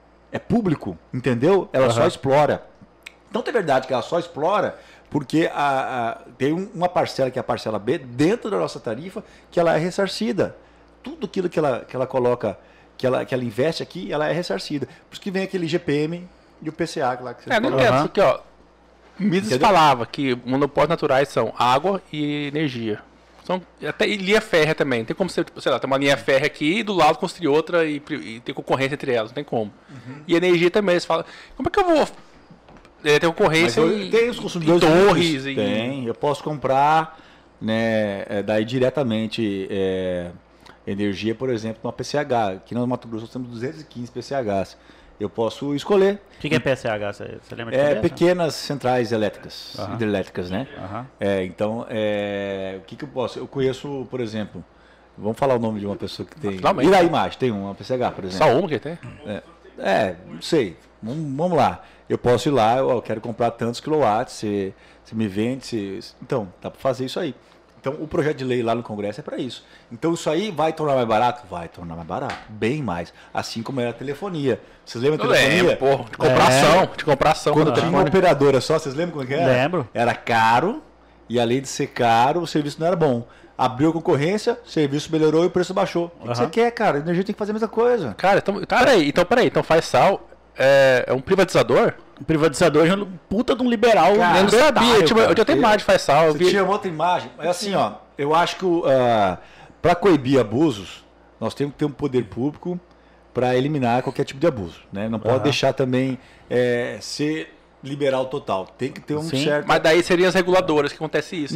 É público, entendeu? Ela só explora. Então é verdade que ela só explora porque tem uma parcela, que é a parcela B, dentro da nossa tarifa, que ela é ressarcida. Tudo aquilo que ela coloca, que ela investe aqui, ela é ressarcida. Por isso que vem aquele GPM e o PCA lá que você Não falou. entendo. Porque, ó, Mises Entendeu? falava que monopólios naturais são água e energia. Até e linha férrea também. Tem como você, sei lá, tem uma linha férrea aqui e do lado construir outra e ter concorrência entre elas. Não tem como. E energia também. Eles falam, como é que eu vou ter concorrência Tem os consumidores em torres? livres. Tem, eu posso comprar, né, daí diretamente energia, por exemplo, numa PCH. Aqui no Mato Grosso nós temos 215 PCHs. Eu posso escolher. O que é PSH? Você lembra de cabeça? Pequenas centrais elétricas, Aham. hidrelétricas, né? Aham. Então, o que eu posso? Eu conheço, por exemplo, vamos falar o nome de uma pessoa que tem... Finalmente. Iraimage, tem uma PCH, por exemplo. Só uma que tem? Não sei. Vamos lá. Eu posso ir lá, eu quero comprar tantos quilowatts, você me vende, então, dá para fazer isso aí. Então, o projeto de lei lá no Congresso é para isso. Então, isso aí vai tornar mais barato? Vai tornar mais barato, bem mais. Assim como era a telefonia. Vocês lembram da telefonia? De compração. De compração. Quando cara. tinha uma operadora só, vocês lembram como é que era? Lembro. Era caro, e além de ser caro, o serviço não era bom. Abriu a concorrência, o serviço melhorou e o preço baixou. O que você quer, cara? A energia tem que fazer a mesma coisa. Cara, peraí. Então faz sal. É um privatizador? O privatizador é um puta de um liberal. Cara, Eu não sabia. cara. Eu já tenho imagem de faz sal. Você tinha outra imagem. É assim, ó. Eu acho que para coibir abusos, nós temos que ter um poder público para eliminar qualquer tipo de abuso, né? Não pode deixar também ser liberal total. Tem que ter um certo... Mas daí seriam as reguladoras que acontece isso.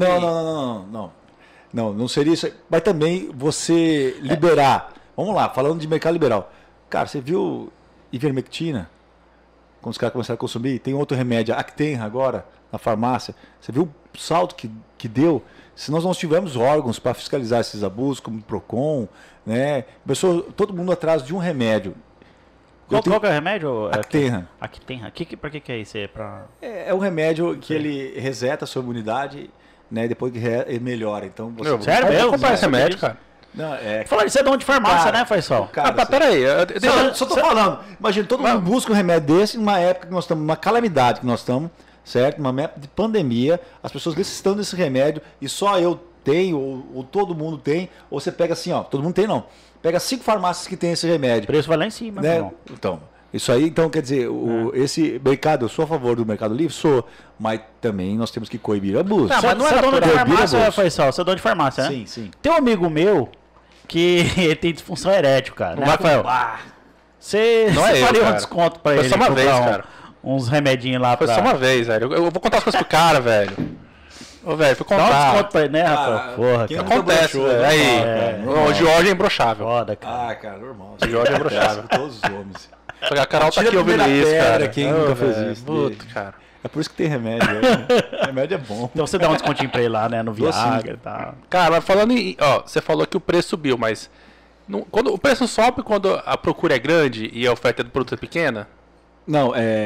Não seria isso. Mas também você liberar. Vamos lá, falando de mercado liberal. Cara, você viu ivermectina? Quando os caras começaram a consumir, tem outro remédio, Actenra agora, na farmácia. Você viu o salto que deu? Se nós não tivermos órgãos para fiscalizar esses abusos, como o PROCON, né? Todo mundo atrás de um remédio. Qual que é o remédio? Actenra. Actenra. Pra que é isso? É um remédio que ele reseta a sua imunidade, né? Depois que ele melhora. Então, você... Sério mesmo? Eu vou comprar esse remédio, cara. Não, Falar isso é dono de farmácia, né, Faisal? Peraí. Só tô falando. Imagina, todo mundo busca um remédio desse numa época que nós estamos, numa calamidade que nós estamos, certo? Numa época de pandemia, as pessoas necessitando desse remédio e só eu tenho, ou todo mundo tem, ou você pega assim, ó, todo mundo tem não. Pega 5 farmácias que tem esse remédio. O preço vai lá em cima, né? Não. Então, isso aí, então, quer dizer, esse mercado, eu sou a favor do Mercado Livre, mas também nós temos que coibir abuso. Não, mas não é dono de farmácia, Faisal, você é dono de farmácia, né? Sim. Tem um amigo meu que tem disfunção erétil, cara. Né, Rafael? Você faria um desconto pra ele? Foi só uma vez, cara. Uns remedinhos lá Foi só uma vez, velho. Eu vou contar as coisas pro cara, velho. Ô, velho, fui contar. Dá um desconto pra ele, né, Rafael? Porra, cara. Acontece, velho. Aí, o Jorge é imbrochável. Foda, cara. Cara, normal. O Jorge é imbrochável. Todos os homens. A Carol tá aqui ouvindo isso, cara. Quem nunca fez isso? Puto, cara. É por isso que tem remédio. Remédio é bom. Então você dá um descontinho pra ele lá, né? No Viagra e tal. Cara, mas falando em... Ó, você falou que o preço subiu, mas... Quando o preço sobe quando a procura é grande e a oferta do produto é pequena? Não,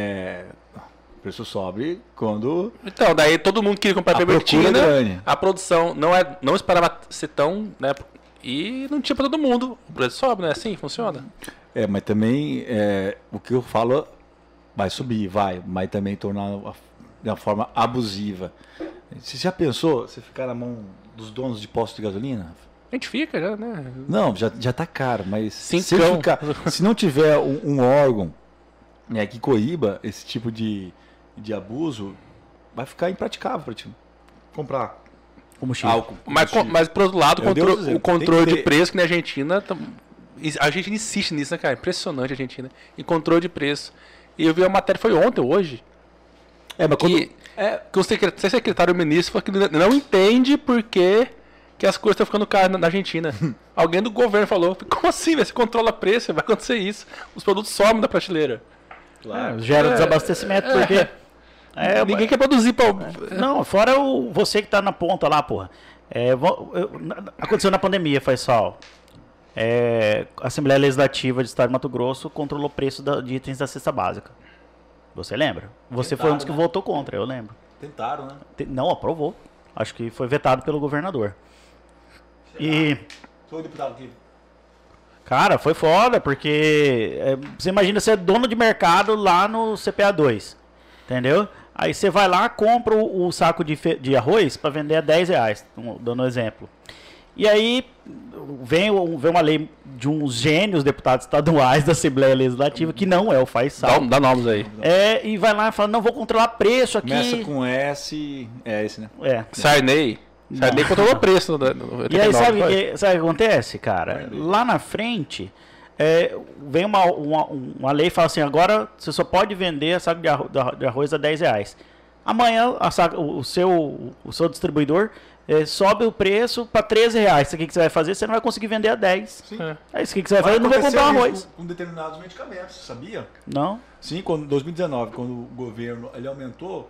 o preço sobe quando... Então, daí todo mundo queria comprar ivermectina. Grande. A produção não esperava ser tão... né? E não tinha pra todo mundo. O preço sobe, né? Assim funciona. Mas também o que eu falo vai subir, mas também tornar de uma forma abusiva. Você já pensou você ficar na mão dos donos de postos de gasolina? A gente fica já, né? Não, já tá caro, mas se não tiver um órgão, né, que coíba esse tipo de abuso, vai ficar impraticável para te comprar álcool. Mas por outro lado, o controle de preço que na Argentina... A Argentina insiste nisso, né, cara? Impressionante a Argentina. Em controle de preço. E eu vi uma matéria, foi ontem ou hoje? Mas que o secretário-ministro falou que não entende por que as coisas estão ficando caras na Argentina. Alguém do governo falou, como assim, velho? Você controla preço, vai acontecer isso. Os produtos somem da prateleira. Claro. Gera desabastecimento, porque... ninguém quer produzir pra... Não, fora você que tá na ponta lá, porra. Aconteceu na pandemia, Faisal. A Assembleia Legislativa do Estado de Mato Grosso controlou o preço de itens da cesta básica. Você lembra? Você foi um dos que votou contra, eu lembro. Tentaram, né? Não, aprovou. Acho que foi vetado pelo governador. Sou o deputado aqui. Cara, foi foda, porque você imagina ser dono de mercado lá no CPA 2, entendeu? Aí você vai lá, compra o saco de arroz para vender a R$10, dando um exemplo. E aí vem uma lei de uns gênios deputados estaduais da Assembleia Legislativa, que não é o Faisal. Dá nomes aí. E vai lá e fala, não, vou controlar preço aqui. Começa com S, esse, né? Sarney controlou o preço. E aí sabe o que acontece, cara? Lá na frente, vem uma lei e fala assim, agora você só pode vender a saco de arroz a R$10. Amanhã o seu distribuidor sobe o preço para R$13. O que você vai fazer? Você não vai conseguir vender a 10. Sim. Aí o que você vai fazer? Eu não vou comprar arroz. Com determinados medicamentos, sabia? Não. Sim, em 2019, quando o governo ele aumentou,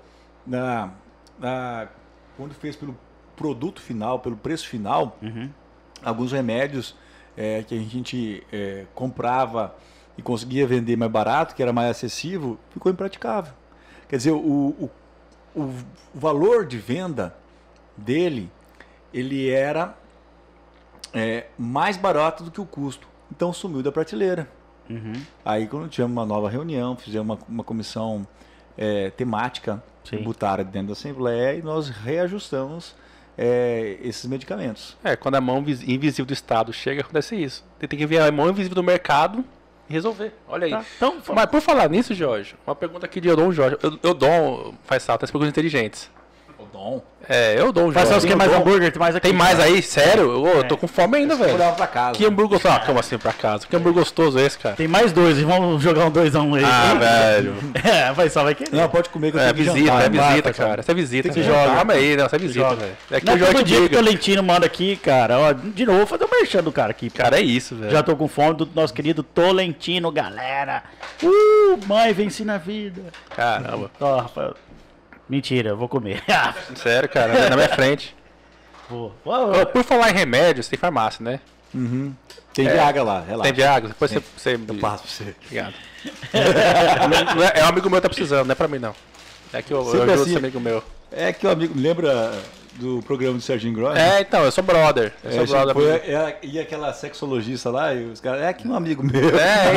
quando fez pelo produto final, pelo preço final, alguns remédios que a gente comprava e conseguia vender mais barato, que era mais acessível, ficou impraticável. Quer dizer, o valor de venda dele, ele era mais barato do que o custo. Então sumiu da prateleira. Aí quando tivemos uma nova reunião, fizemos uma comissão temática tributária dentro da Assembleia e nós reajustamos esses medicamentos. Quando a mão invisível do Estado chega, acontece isso. Tem que enviar a mão invisível do mercado e resolver. Olha aí. Tá. Então, mas por falar nisso, Jorge, uma pergunta aqui de Odon Jorge. Odon faz salto, as perguntas inteligentes. Bom. É, eu dou um Faz só joinha. os que mais hambúrguer, tem mais aqui. Tem mais aí? Sério? Ô, eu tô com fome ainda, Vou velho. levar pra casa. Que hambúrguer gostoso. Ah, como assim pra casa? Que hambúrguer gostoso é esse, cara? Tem mais dois, e vamos jogar um 2x1 aí. Ah, velho. É, vai só vai querer. Não, pode comer que eu É tenho que visita, jantar. é visita, Mata, cara. Essa é visita. Tem que cara. jogar. Calma aí, não, essa é visita, Joga. velho. É que Não o é Jorge todo dia que o briga. Tolentino manda aqui, cara. Ó, de novo, vou fazer o merchan do cara aqui. Cara, é isso, velho. Já tô com fome do nosso querido Tolentino, galera. Mãe, venci na vida. Caramba. Ó, Rafael. Mentira, eu vou comer. Sério, cara. Na minha frente. Vou. Ô, por falar em remédios, tem farmácia, né? Tem Viagra lá, relaxa. Tem Viagra? Depois você... Eu passo pra você. Obrigado. É um amigo meu que tá precisando, não é pra mim, não. É que eu Sempre ajudo assim. esse amigo meu. É que o amigo, lembra do programa do Serginho Gross? É, então, eu sou brother. Eu sou brother. Foi, e aquela sexologista lá, e os caras, é que um amigo meu.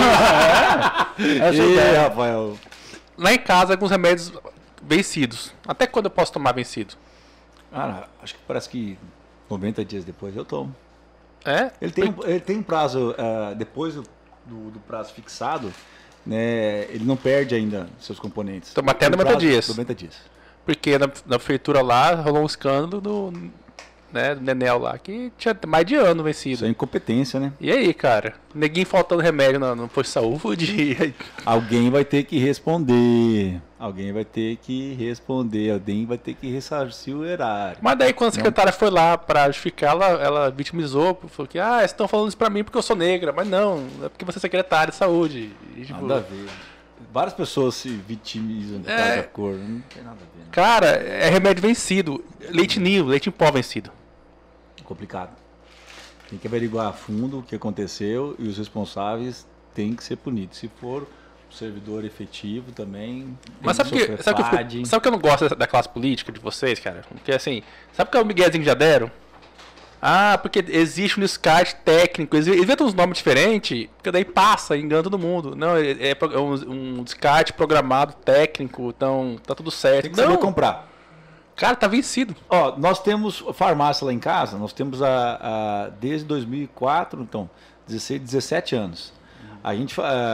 É isso. E, Rafael. Lá em casa, alguns remédios vencidos. Até quando eu posso tomar vencido? Cara, acho que parece que 90 dias depois eu tomo. É? Ele tem um prazo, depois do prazo fixado, né, ele não perde ainda seus componentes. Toma até Tem 90 prazo, dias. 90 dias. Porque na prefeitura lá rolou um escândalo do Nenel lá, que tinha mais de ano vencido. Isso é incompetência, né? E aí, cara? Neguinho faltando remédio no posto de saúde. Alguém vai ter que responder. Alguém vai ter que responder. Alguém vai ter que ressarcir o erário. Mas daí quando a secretária foi lá pra justificar, ela vitimizou, falou que, vocês estão falando isso pra mim porque eu sou negra. Mas não, é porque você é secretária de saúde. E, tipo, Nada a ver. Várias pessoas se vitimizam por causa da cor. Não tem nada a ver. Não. cara, é remédio vencido. Leite ninho, leite em pó vencido. Complicado. Tem que averiguar a fundo o que aconteceu e os responsáveis têm que ser punidos. Se for um servidor efetivo também. Mas sabe que eu não gosto da classe política de vocês, cara? Porque assim, sabe que é o miguezinho que já deram? Porque existe um descarte técnico, eles inventam uns nomes diferentes, porque daí passa, engana todo mundo. Não, é um descarte programado técnico, então tá tudo certo. Tem que saber comprar. Cara, tá vencido. Ó, nós temos farmácia lá em casa, nós temos desde 2004, então, 16, 17 anos. A gente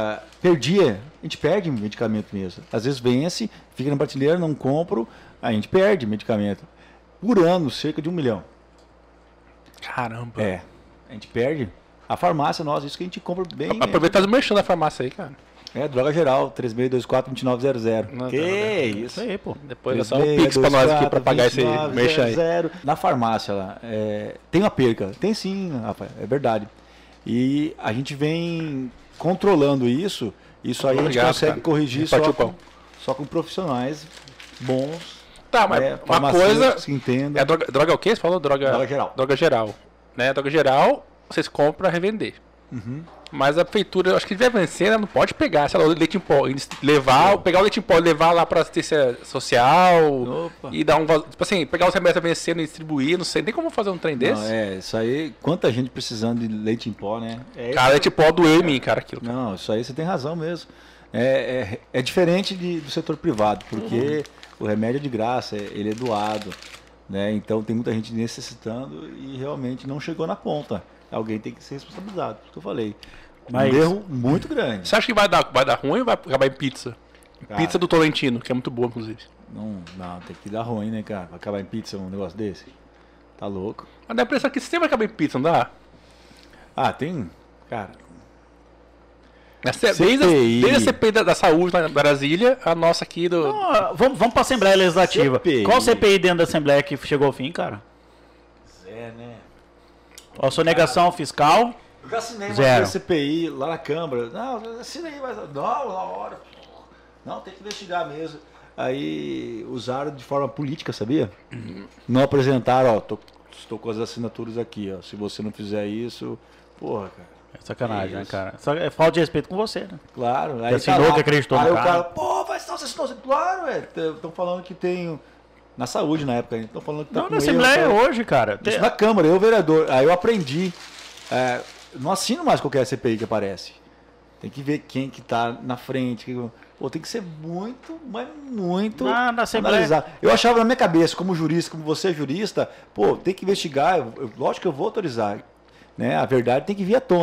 perde medicamento mesmo. Às vezes vence, fica na prateleira, não compro, a gente perde medicamento. Por ano, cerca de 1 milhão. Caramba. É, a gente perde. A farmácia, isso que a gente compra bem. Aproveita o merchan da farmácia aí, cara. Droga geral, 3624-2900. Não, Que não. isso? Isso aí, pô. Depois é só um pix pra nós aqui pra pagar esse merchan aí. Na farmácia lá, tem uma perca. Tem sim, Rafael, é verdade. E a gente vem controlando isso aí a gente consegue cara. corrigir só com profissionais bons. Tá, mas uma coisa... que entendam. É droga o quê? Você falou Droga geral. Droga geral. Né? Droga geral, vocês compram a revender. Mas a prefeitura, acho que deve vencer, ela não pode pegar, sei lá, o leite em pó, pegar o leite em pó e levar lá para assistência social. Opa. E dar tipo assim, pegar os remédios vencendo e distribuir, não sei nem como fazer um trem desse. Não, isso aí, quanta gente precisando de leite em pó, né? Cara, leite em pó doeu em mim, cara, aquilo. Cara. Não, isso aí você tem razão mesmo. É diferente do setor privado, porque o remédio é de graça, ele é doado, né? Então tem muita gente necessitando e realmente não chegou na ponta. Alguém tem que ser responsabilizado, isso que eu falei. Mas... Um erro muito grande. Você acha que vai dar ruim ou vai acabar em pizza? Cara, Pizza do Tolentino, que é muito boa, inclusive. Não, tem que dar ruim, né, cara? Vai acabar em pizza um negócio desse? Tá louco? Mas dá a impressão que sempre vai acabar em pizza, não dá? Tem... Cara... Desde a CPI da saúde lá em Brasília, a nossa aqui do... Não, vamos pra Assembleia Legislativa. CPI. Qual CPI dentro da Assembleia que chegou ao fim, cara? né? Ó, sonegação fiscal. Eu já assinei Zero. uma CPI lá na Câmara. Não, assinei, mas não, na hora. Não, tem que investigar mesmo. Aí usaram de forma política, sabia? Não apresentaram, estou com as assinaturas aqui, ó. Se você não fizer isso, porra, cara. É sacanagem, né, cara? Só é falta de respeito com você, né? Claro. Que assinou, que acreditou no aí cara. o cara, pô, vai estar, você assinou. Claro, estão falando que tem... Na saúde, na época, estão falando que tá Não, com na erro, Assembleia tá- hoje, cara. Isso na Câmara, eu vereador. Aí eu aprendi. Não assino mais qualquer CPI que aparece. Tem que ver quem que tá na frente. Pô, tem que ser muito, mas muito Na Assembleia. analisado. Eu achava na minha cabeça, como jurista, como você é jurista, pô, tem que investigar. Lógico que eu vou autorizar. Né? A verdade tem que vir à tona.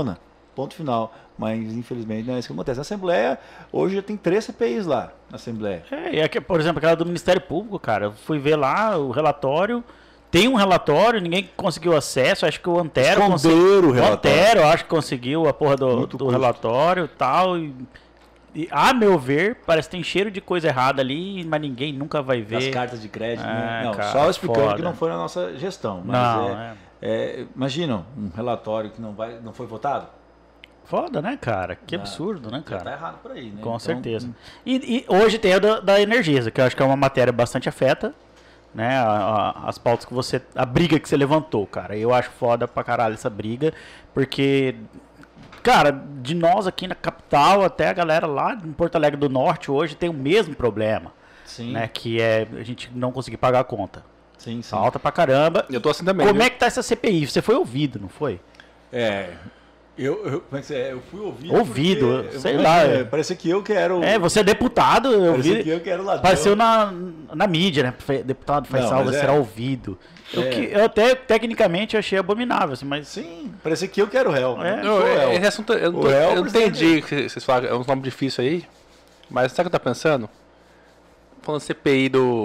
Ponto final. Mas, infelizmente, não é isso que acontece. Na Assembleia, hoje já tem 3 CPIs lá na Assembleia. E aqui, por exemplo, aquela do Ministério Público, cara. Eu fui ver lá o relatório. Tem um relatório, ninguém conseguiu acesso. Acho que o Antero Esconderam o relatório. Antero, acho que conseguiu a porra do Muito custo. relatório e tal. E, a meu ver, parece que tem cheiro de coisa errada ali, mas ninguém nunca vai ver. As cartas de crédito, né? É, Não, cara, só explicando foda. que não foi na nossa gestão. Mas Não, imagina um relatório que não foi votado. Foda, né, cara? Que Não, absurdo, né, Já tá cara? errado por aí, né? Com Então, certeza. E hoje tem a da Energisa, que eu acho que é uma matéria bastante afeta, né? As pautas que você. A briga que você levantou, cara. Eu acho foda pra caralho essa briga, porque, cara, de nós aqui na capital até a galera lá em Porto Alegre do Norte hoje tem o mesmo problema, Sim, né? Que é a gente não conseguir pagar a conta. sim. Alta pra caramba. Eu tô assim também. Como viu? é que tá essa CPI? Você foi ouvido, não foi? Como é que eu fui ouvido. Ouvido, porque- sei lá. Parece que eu que era o. Você é deputado, eu Parece vi. que eu que era o ladrão. Apareceu na mídia, né? Deputado Faisal, mas você será ouvido. Eu até, tecnicamente, achei abominável, assim, mas... Sim, parece que eu que era o réu. É. Não, sou o réu. Esse assunto, eu O réu não presidente. entendi que vocês falam, é um nome difícil aí, mas sabe o que eu tô pensando? Falando CPI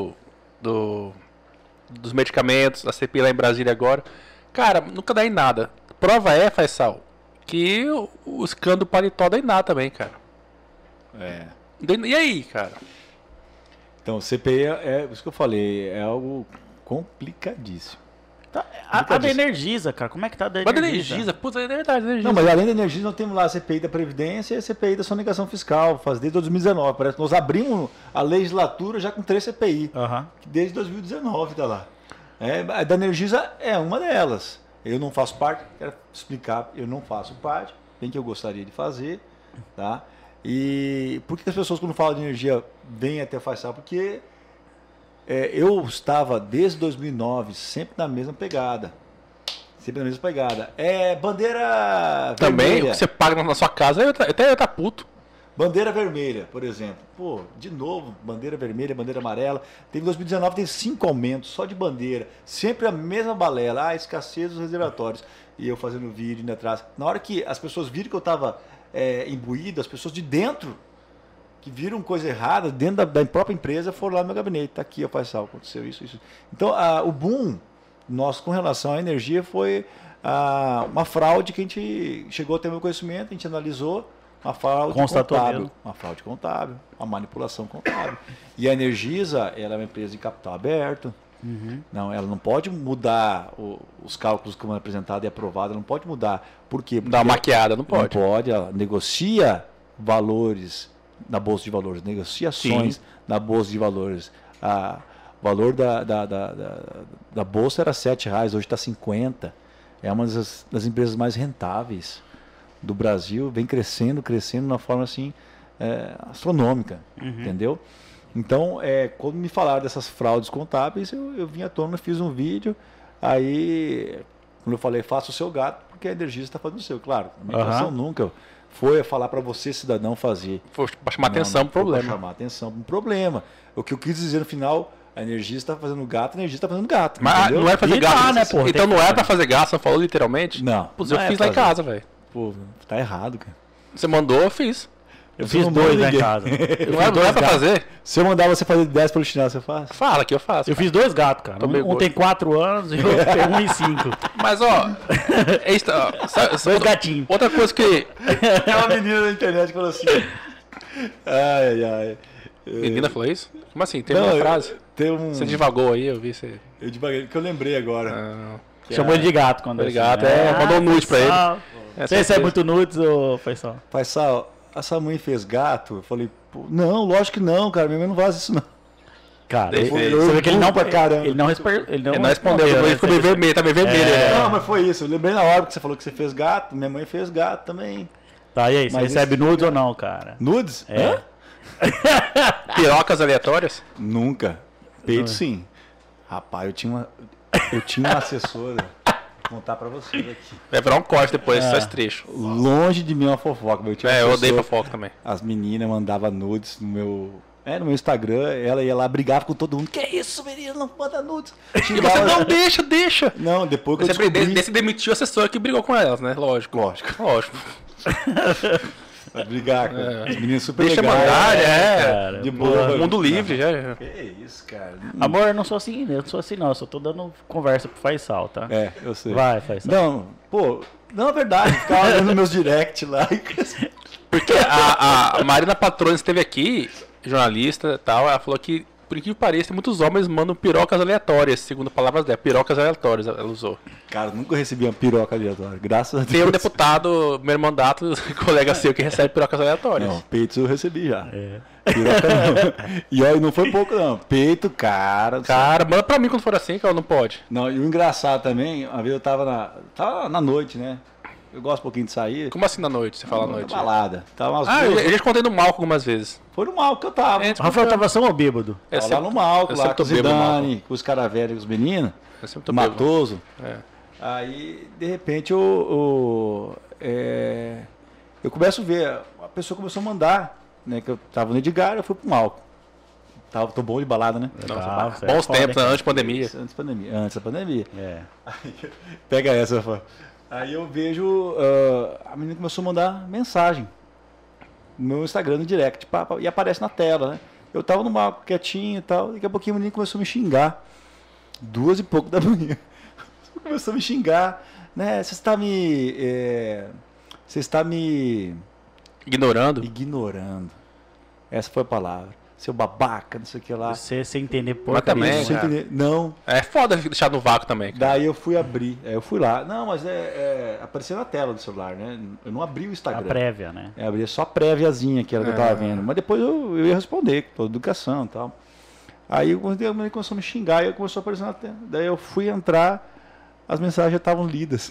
dos medicamentos, a CPI lá em Brasília agora. Cara, nunca dá em nada. Prova é, Faisal, que o escândalo do paletó dá em nada também, cara. E aí, cara? Então, CPI é isso que eu falei, é algo complicadíssimo. A da Energisa, cara, como é que tá a da Mas da Energisa? Energisa, puta, é verdade, Energisa. Não, mas além da energia, nós temos lá a CPI da Previdência e a CPI da sonegação fiscal, faz desde 2019. Parece que nós abrimos a legislatura já com 3 CPI, Aham. que desde 2019 está lá. A da Energisa é uma delas. Eu não faço parte, quero explicar, eu não faço parte, bem que eu gostaria de fazer, tá? E por que as pessoas quando falam de energia vêm até a Faisal? Porque eu estava desde 2009 sempre na mesma pegada. Sempre na mesma pegada. Bandeira também, vermelha. o que você paga na sua casa, eu até tá puto. Bandeira vermelha, por exemplo. Pô, de novo, bandeira vermelha, bandeira amarela. Teve em 2019, teve 5 aumentos só de bandeira. Sempre a mesma balela. Escassez dos reservatórios. E eu fazendo vídeo indo atrás. Na hora que as pessoas viram que eu estava imbuído, as pessoas de dentro, que viram coisa errada, dentro da própria empresa, foram lá no meu gabinete. Tá aqui, Faisal, aconteceu isso. Então, o boom nosso com relação à energia foi uma fraude que a gente chegou a ter meu conhecimento, a gente analisou. Uma fraude Constatou contábil, mesmo. uma fraude contábil, uma manipulação contábil. E a Energisa, ela é uma empresa de capital aberto. Não, ela não pode mudar os cálculos que foram apresentados e aprovados, ela não pode mudar. Por quê? Porque Dá uma maquiada, não pode. não pode, ela negocia valores na Bolsa de Valores, negocia ações na Bolsa de Valores. O valor da Bolsa era R$7, hoje está 50. É uma das empresas mais rentáveis do Brasil, vem crescendo de uma forma assim astronômica, entendeu? Então, quando me falaram dessas fraudes contábeis, eu vim à tona, fiz um vídeo, aí, quando eu falei, faça o seu gato, porque a Energisa está fazendo o seu, claro. A minha intenção nunca foi falar para você, cidadão, fazer. Foi pra chamar atenção pro Para problema. chamar atenção para um problema. O que eu quis dizer no final, a Energisa está fazendo gato, a Energisa está fazendo gato. Mas entendeu? não é fazer E gasto, tá, né, porra, então tem não que é fazer. pra fazer gasto, você falou literalmente? Não. Putz, não eu é fiz lá em fazer. casa, velho. Pô, tá errado, cara. Você mandou, eu fiz. Eu Você fiz não 2 manda lá em ninguém. casa. Não é pra fazer? Se eu mandar você fazer 10 pelo chinelo, você faz? Fala que eu faço. Eu fiz 2 gatos, cara. Tomei Um gosto. tem 4 anos e o outro tem 1 e 5. Mas, ó, Dois gatinhos. outra coisa que... É uma menina na internet que falou assim. Ai. Menina falou isso? Como assim? Tem Não, uma frase? Tem um. Você divagou aí, eu vi você... Eu devaguei, que eu lembrei agora. Ah, Chamou ele de gato quando De gato, mandou um nude pra ele. Você recebe muito nudes ou foi só? Faisal, a sua mãe fez gato? Eu falei, pô, não, lógico que não, cara. Minha mãe não faz isso, não. Cara, Defeito. você vê que ele não, Pra caramba. ele não respondeu, depois ficou meio vermelho, tá meio vermelho. né? Não, mas foi isso. Eu lembrei na hora que você falou que você fez gato. Minha mãe fez gato também. Tá, e aí, você Mas recebe esse- nudes ou não, cara? Nudes? É. Hã? Pirocas aleatórias? Nunca. Peito sim. Rapaz, eu tinha uma assessora. Vou contar pra vocês aqui. Vai virar um corte depois, só esse trecho. Longe de mim uma fofoca. Mas eu tinha uma Eu odeio assessora- fofoca também. As meninas mandavam nudes no meu Instagram, ela ia lá, brigava com todo mundo. Que isso, menina, não manda nudes. E você não deixa. Não, depois que eu Você descobri... desse demitiu a assessora que brigou com elas, né? Lógico. Lógico. Lógico. Vai brigar com os meninos super Deixa legais. mandar, cara, de boa. boa. Mundo livre, já. Que isso, cara. Amor, eu não sou assim, não. Eu só tô dando conversa pro Faisal, tá? É, eu sei. Vai, Faisal. Não, pô, não é verdade. Ficava olhando meus direct lá. Porque a Marina Patrões esteve aqui, jornalista e tal, ela falou que, por incrível que pareça, muitos homens mandam pirocas aleatórias, segundo palavras dela. Pirocas aleatórias, ela usou. Cara, nunca recebi uma piroca aleatória, graças a Deus. Tem um deputado, primeiro mandato, colega seu, que recebe pirocas aleatórias. Não, peitos eu recebi já. É. Piroca não. E olha, não foi pouco não. Peito, cara. Cara, manda pra mim quando for assim, que ela não pode. Não, e o engraçado também, uma vez eu tava na noite, né? Eu gosto um pouquinho de sair. Como assim na noite? Você fala à Na noite? balada. Tava umas Ah, duas. eu já te contei no Malco algumas vezes. Foi no mal que eu tava. É, O Rafael tava só ou bêbado? Eu Tava lá sempre- no Malco, eu lá sempre com tô o bêbado no Zidane, com os caras velhos, com os meninos. Eu sempre tô O bêbado. Matoso. É. Aí, de repente, eu começo a ver, a pessoa começou a mandar, né? Que eu tava no Edgar, eu fui pro Malco. Tô bom de balada, né? Legal, você é Bons foda, tempos, hein? antes de pandemia. Isso, antes da pandemia. É. Pega essa, Rafa. Aí eu vejo, a menina começou a mandar mensagem no meu Instagram, no direct, e aparece na tela, né? Eu tava no Malco quietinho e tal, daqui a pouquinho a menina começou a me xingar. 2 e pouco da manhã. Começou a me xingar, né? Você está me Ignorando. ignorando. Essa foi a palavra. Seu babaca, não sei o que lá. Você sem entender Mas porcaria. também, Você cara. entendeu? Não. É foda deixar no vácuo também, cara. Daí eu fui abrir. Aí eu fui lá. Não, mas apareceu na tela do celular, né? Eu não abri o A Instagram. prévia, né? Eu abri só a préviazinha que era que eu tava vendo. Mas depois eu ia responder, com toda educação e tal. Aí a mulher começou a me xingar e começou a aparecer na tela. Daí eu fui entrar, as mensagens já estavam lidas.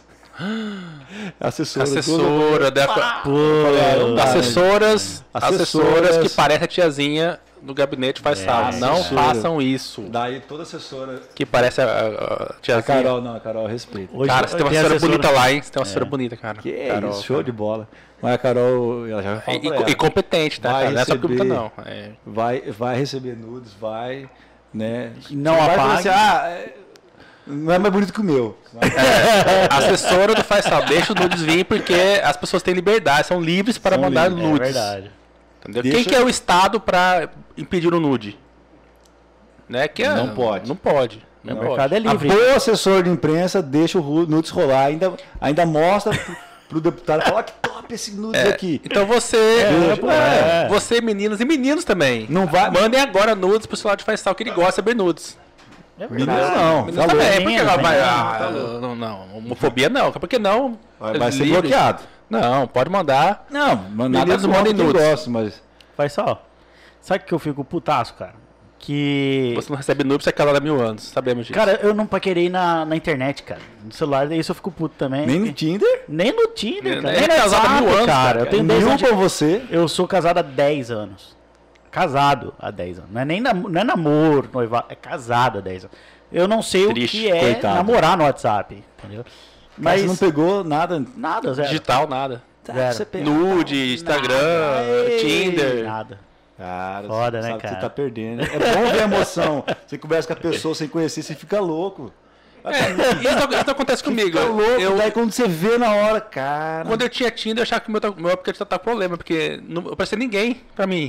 Assessora, Pô, assessoras que parecem a tiazinha do gabinete faz sala. Não assessora. façam isso. Daí toda assessora. Que parece a A tiazinha. Carol, não, a Carol respeita. hoje Cara, você tem uma tem assessora assessora- bonita lá, hein? Você tem uma assessora bonita, cara. Que é Carol, isso, show cara. de bola. Mas a Carol, ela já falou pra ela. E competente, tá, Vai cara? Não é só porque receber. bonita, não. É. Vai receber nudes, vai, né? E não Vai apague. falar assim, não é mais bonito que o meu. A assessora do Faz Sal deixa os nudes vir porque as pessoas têm liberdade, são livres para São mandar livres, É nudes. verdade. Entendeu? Deixa- Quem que é o Estado para impedir o nude? Né? Que Não pode. Não pode. O Não mercado pode. é A livre. boa assessor de imprensa deixa o nudes rolar, ainda mostra pro deputado, fala, ó, que top esse nudes aqui. Então você, é. você meninas e meninos também, Não vai- mandem agora nudes pro celular de Faz Sal que ele gosta de saber nudes. É Meninos verdade. não, Meninos tá também, louco. porque Meninos, ela vai, meninos, não, não, homofobia não, porque não. Vai ser Livre. bloqueado. Não, pode mandar. Não, nada Meninos contra mandem quem nudes. gosta, mas... Faz só. Sabe que eu fico putaço, cara? Que. Você não recebe nudes, você é casado há 1000 anos, sabemos disso. Cara, eu não paquerei na internet, cara. No celular, isso eu fico puto também. Nem no porque- Tinder, Nem no Tinder, cara. Nem Nem no casado há WhatsApp, 1000 anos, cara. Eu tenho 10 nenhum anos. de- com você. Eu sou casado há 10 anos. Casado há 10 anos. Não é nem não é namoro, noivado. É casado há 10 anos. Eu não sei Triste, o que é coitado. namorar no WhatsApp, entendeu? Mas Mas você não pegou nada. nada, zero. Digital, nada. Zero. Você pega- Nude, Instagram, Ei, Tinder. Nada. Cara, Foda, você né, sabe que cara? você tá perdendo. É bom ver a emoção. Você conversa com a pessoa sem conhecer, você fica louco. Isso acontece comigo. Fica louco. Eu, Daí quando você vê na hora, cara. quando eu tinha Tinder, eu achava que o meu aplicativo tava com problema, porque não aparecia ninguém pra mim.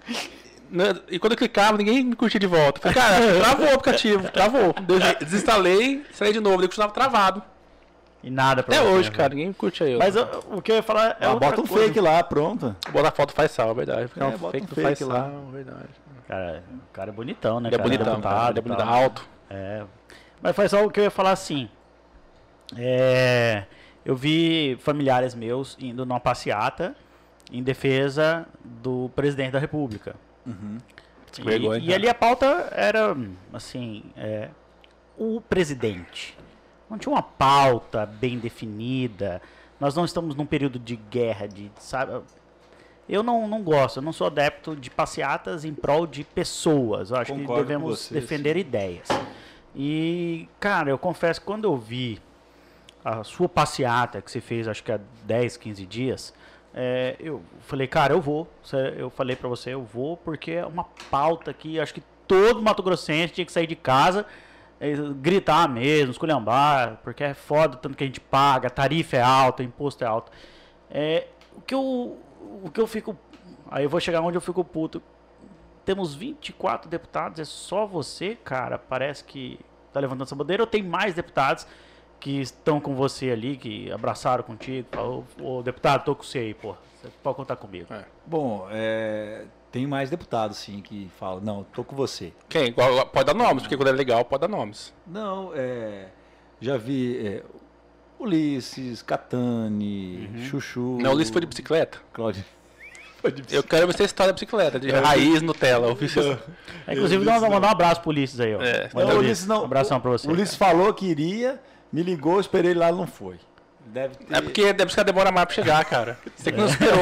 E quando eu clicava, ninguém me curtia de volta. Falei, cara, travou o aplicativo, travou. Desinstalei, instalei de novo, ele continuava travado. E nada pra Até você, hoje, né? cara, ninguém curte aí. Mas o que eu ia falar é outra Bota um coisa. fake lá, pronto. Botar foto faz sal, é verdade. Fica bota fake um do faz fake lá. sal, é verdade. Cara, o cara é bonitão, né? Ele é cara? bonitão, Deputado cara. Ele é e bonitão, tal. alto. É. Mas faz só o que eu ia falar assim. Eu vi familiares meus indo numa passeata em defesa do presidente da República. Que vergonha, E cara. ali a pauta era, assim, o presidente. Não tinha uma pauta bem definida. Nós não estamos num período de guerra, sabe? Eu não gosto, eu não sou adepto de passeatas em prol de pessoas. Eu acho Concordo que com devemos você, defender ideias. E, cara, eu confesso que quando eu vi a sua passeata que você fez, acho que há 10, 15 dias, eu falei, cara, eu vou. Eu falei pra você, eu vou, porque é uma pauta que acho que todo Mato Grossense tinha que sair de casa, gritar mesmo, esculhambar, porque é foda o tanto que a gente paga, a tarifa é alta, o imposto é alto. o que eu fico... Aí eu vou chegar onde eu fico puto. Temos 24 deputados, é só você, cara? Parece que tá levantando essa bandeira, ou tem mais deputados que estão com você ali, que abraçaram contigo, falou, ô deputado, tô com você aí, pô, você pode contar comigo. Bom, tem mais deputados, sim, que falam, não, tô com você. Quem? Pode dar nomes, porque quando é legal, pode dar nomes. Não, já vi Ulisses, Catani, Chuchu... Não, o Ulisses foi de bicicleta. Cláudio... Eu quero ver essa história da bicicleta, de raiz Nutella. Inclusive, mandar um abraço pro Ulisses aí, ó. Não, Ulisses não. Um abração pra você. O Ulisses falou que iria, me ligou, esperei ele lá, não foi. Deve ter... É porque a bicicleta demora mais pra chegar, cara. Você que não esperou.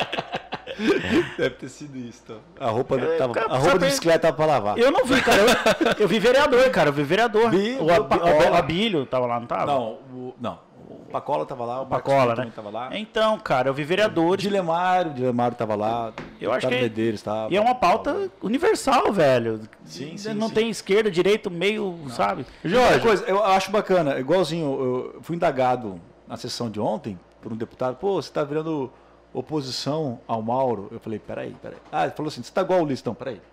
Deve ter sido isso, então. A roupa de bicicleta tava pra lavar. Eu não vi, cara. Eu vi vereador, cara. Eu vi vereador. O Abílio tava lá, não tava? Não. O Pacola tava lá, o Pacola, né? Tava lá. Então, cara, eu vi vereadores. O Dilemário tava lá. Eu acho que Medeiros tava. E é uma pauta universal, velho. Sim, não tem esquerda, direito, meio, sabe? Jorge, coisa, eu acho bacana, igualzinho, eu fui indagado na sessão de ontem por um deputado, pô, você tá virando oposição ao Mauro. Eu falei, peraí. Ah, ele falou assim, você tá igual o Ulisses, não, peraí.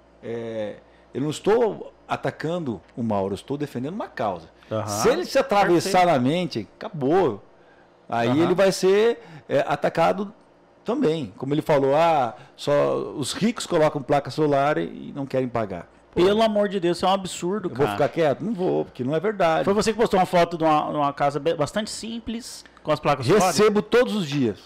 Eu não estou atacando o Mauro, eu estou defendendo uma causa. Se ele se atravessar na mente, acabou. Aí ele vai ser atacado também. Como ele falou, só os ricos colocam placa solar e não querem pagar. Pelo amor de Deus, isso é um absurdo, cara. Vou ficar quieto? Não vou, porque não é verdade. Foi você que postou uma foto de uma casa bastante simples, com as placas solares? Recebo todos os dias.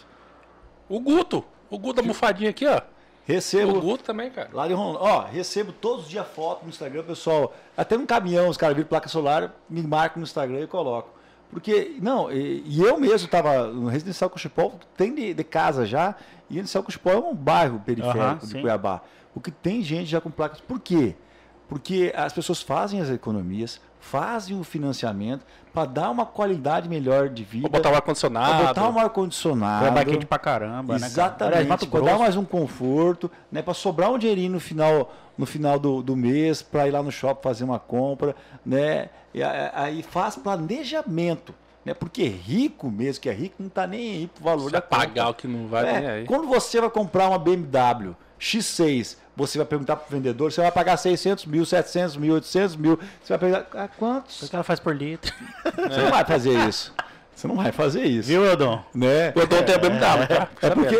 O Guto da bufadinha aqui, ó. Recebo. O Guto também, cara. Lá de Rondônia. Recebo todos os dias foto no Instagram, pessoal. Até no caminhão, os caras viram placa solar, me marcam no Instagram e colocam. Porque, não, e eu mesmo estava no Residencial Cochipó, tem de casa já, e o Residencial Cochipó é um bairro periférico de Cuiabá. O que tem gente já com placas. Por quê? Porque as pessoas fazem as economias, fazem o financiamento para dar uma qualidade melhor de vida. Vou botar um ar-condicionado. Botar um ar-condicionado. Vai quente pra caramba, exatamente, né? Para dar mais um conforto, né? Para sobrar um dinheirinho no final do mês, para ir lá no shopping fazer uma compra, né? E aí faz planejamento. Né? Porque rico mesmo, que é rico, não está nem aí pro valor da compra. Pagar o que não vai nem aí. Quando você vai comprar uma BMW X6, você vai perguntar para o vendedor, você vai pagar 600 mil, 700 mil, 800 mil, você vai perguntar, quantos? O que ela faz por litro? Você não vai fazer isso. Você não vai fazer isso. Viu, Eldon? Né? O Eldon tem a BMW, tá? É porque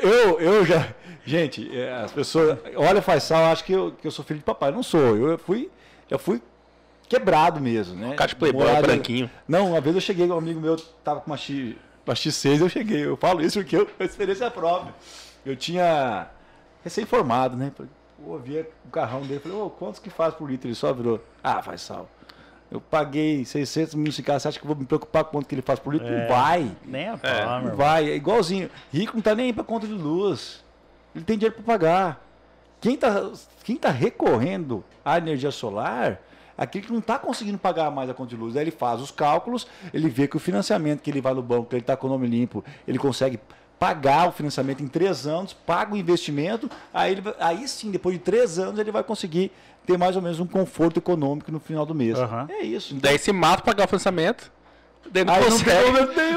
eu já... Gente, as pessoas... Olha, Faisal, acho que eu sou filho de papai. Não sou. Eu fui quebrado mesmo, né? Cara de playboy, branquinho. Não, uma vez eu cheguei, um amigo meu tava com uma X6, eu cheguei. Eu falo isso porque a experiência própria. Eu tinha... recém-formado, né? Eu via o carrão dele, falei, quantos que faz por litro? Ele só virou, faz sal. Eu paguei 600 mil nesse carro, você acha que eu vou me preocupar com quanto que ele faz por litro? Não vai. Nem a pau, não vai. É igualzinho. Rico não tá nem aí pra conta de luz. Ele tem dinheiro para pagar. Quem tá recorrendo à energia solar, aquele que não está conseguindo pagar mais a conta de luz, aí ele faz os cálculos, ele vê que o financiamento que ele vai no banco, que ele está com o nome limpo, ele consegue pagar o financiamento em 3 anos, paga o investimento, aí sim, depois de 3 anos, ele vai conseguir ter mais ou menos um conforto econômico no final do mês. É isso. Daí se mata para pagar o financiamento, daí não aí consegue. Não tem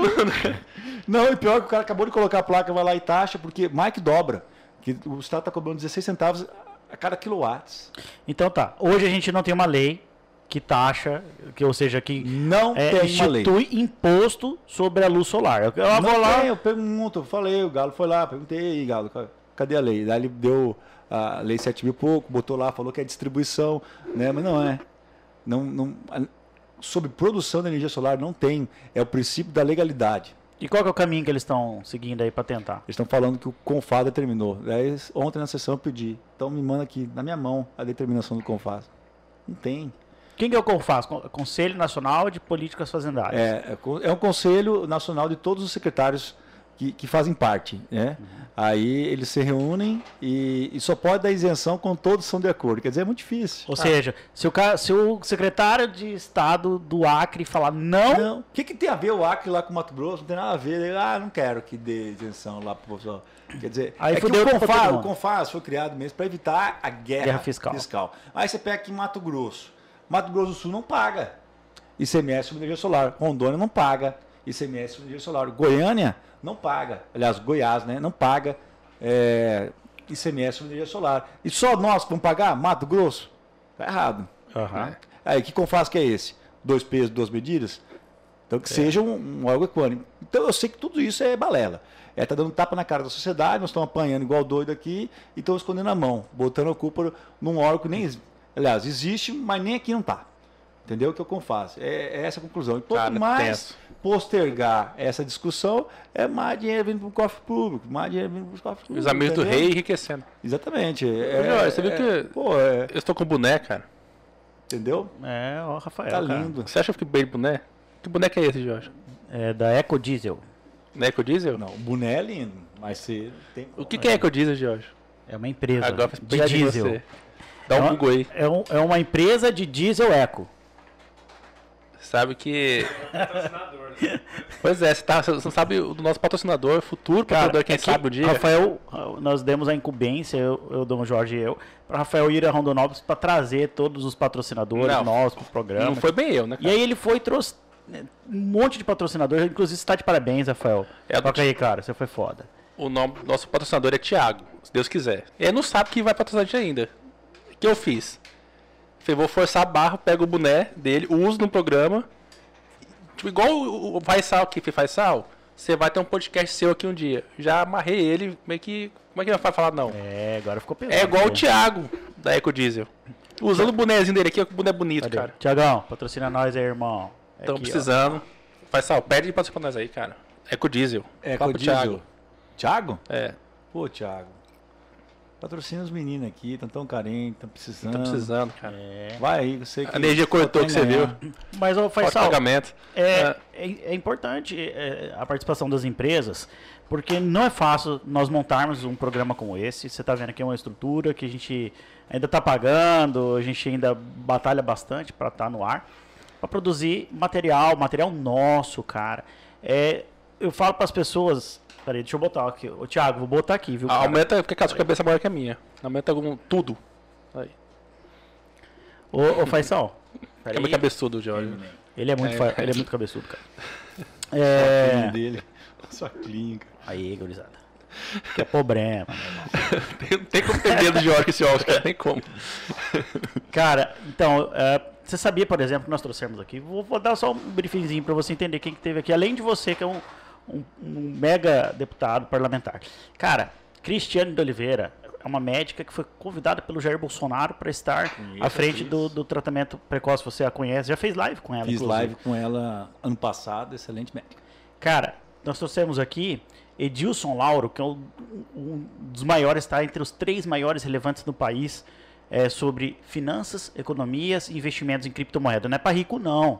Não, e pior que o cara acabou de colocar a placa, vai lá e taxa, porque mais que dobra. Que o Estado está cobrando 16 centavos a cada quilowatts. Então tá, hoje a gente não tem uma lei que taxa, ou seja, que não tem uma lei. Institui imposto sobre a luz solar. Eu pergunto, eu falei, o Galo foi lá, perguntei, aí, Galo, cadê a lei? Daí ele deu a lei 7 mil e pouco, botou lá, falou que é distribuição, né? Mas não é. Sobre produção de energia solar não tem, é o princípio da legalidade. E qual que é o caminho que eles estão seguindo aí para tentar? Eles estão falando que o CONFAS determinou. Daí, ontem na sessão eu pedi. Então me manda aqui, na minha mão, a determinação do CONFAS. Não tem. Quem que é o CONFAS? Conselho Nacional de Políticas Fazendárias. É um conselho nacional de todos os secretários que fazem parte. Né? Aí eles se reúnem e só pode dar isenção quando todos são de acordo. Quer dizer, é muito difícil. Ou seja, se o secretário de Estado do Acre falar não... O que tem a ver o Acre lá com o Mato Grosso? Não tem nada a ver. Não quero que dê isenção lá para o pessoal. Quer dizer, aí que o CONFAS foi criado mesmo para evitar a guerra fiscal. Aí você pega aqui em Mato Grosso. Mato Grosso do Sul não paga ICMS sobre energia solar. Rondônia não paga. ICMS sobre energia solar. Goiânia não paga, aliás, Goiás, né, não paga ICMS sobre energia solar. E só nós que vamos pagar? Mato Grosso? Tá errado. Né? Aí, que Confas que é esse? 2 pesos, 2 medidas? Então, que seja um órgão econômico. Então, eu sei que tudo isso é balela. Tá dando tapa na cara da sociedade, nós estamos apanhando igual doido aqui e estão escondendo a mão, botando a culpa num órgão que nem... Aliás, existe, mas nem aqui não está. Entendeu? O que eu Confas? É essa a conclusão. E quanto mais postergar essa discussão, mais dinheiro vindo para o cofre público, mais dinheiro vindo para os cofres públicos. Os amigos do rei enriquecendo. Exatamente. Você viu que eu estou com boné, cara? Entendeu? Ó, Rafael. Tá cara. lindo. Você acha que eu fiquei bem de boné? Que boneco é esse, Jorge? É da Ecodiesel. Não é Ecodiesel? Não, o boné é lindo, mas você tem... O que é Ecodiesel, Jorge? É uma empresa Agora de de diesel. você. Dá um Google aí. É uma empresa de diesel eco. Sabe que... Patrocinador, né? Pois é, você não sabe o do nosso patrocinador, futuro patrocinador, quem sabe um dia. Rafael, nós demos a incumbência, eu Dom Jorge e eu, para Rafael ir a Rondonópolis para trazer todos os patrocinadores nossos para o programa. Não foi bem eu, né, cara? E aí ele foi e trouxe um monte de patrocinadores, inclusive você está de parabéns, Rafael. Toca aí, cara, você foi foda. O nome do nosso patrocinador é Thiago, se Deus quiser. Ele não sabe que vai patrocinar a gente ainda. O que eu fiz? Falei, vou forçar a barra, pego o boné dele, uso no programa. Tipo, igual o Faisal aqui, Faisal, você vai ter um podcast seu aqui um dia. Já amarrei ele, meio que... Como é que ele vai falar não? Agora ficou pesado. É igual o Thiago, da Ecodiesel. Usando o bonézinho dele aqui, o boné bonito, Cadê? cara. Tiagão, patrocina nós aí, irmão. Estamos Aqui, precisando. Faisal, pede de patrocinar pra nós aí, cara. Ecodiesel. Fala pro Thiago. Thiago? É. Pô, Thiago. Patrocina os meninos aqui, estão tão carentes, estão precisando. Tá precisando, cara. Vai aí, eu sei que... A energia cortou que você viu. Mas, ô, Falta Faisal, pagamento. é importante a participação das empresas, porque não é fácil nós montarmos um programa como esse. Você está vendo aqui uma estrutura que a gente ainda está pagando, a gente ainda batalha bastante para estar no ar, para produzir material nosso, cara. Eu falo para as pessoas... Peraí, deixa eu botar aqui. Ô, Thiago, vou botar aqui, viu? Cara? Aumenta, porque a sua cabeça é maior que a minha. Aumenta tudo. Aí. Ô, Faisal. É muito cabeçudo, Jorge. Ele é muito cabeçudo, cara. Sua dele. Sua clínica. Aí, gurizada. Que é problema, meu irmão. Não tem como ter medo de Jorge esse Oscar, tem como. Cara, então, você sabia, por exemplo, que nós trouxemos aqui? Vou dar só um briefingzinho para você entender quem que teve aqui, além de você, que é um mega deputado parlamentar. Cara, Cristiane de Oliveira é uma médica que foi convidada pelo Jair Bolsonaro para estar à frente do tratamento precoce. Você a conhece, já fez live com ela, Fiz inclusive. live com ela ano passado, excelente médica. Cara, nós trouxemos aqui Edilson Lauro, que é um dos maiores, está entre os 3 maiores relevantes do país sobre finanças, economias e investimentos em criptomoeda. Não é para rico, não.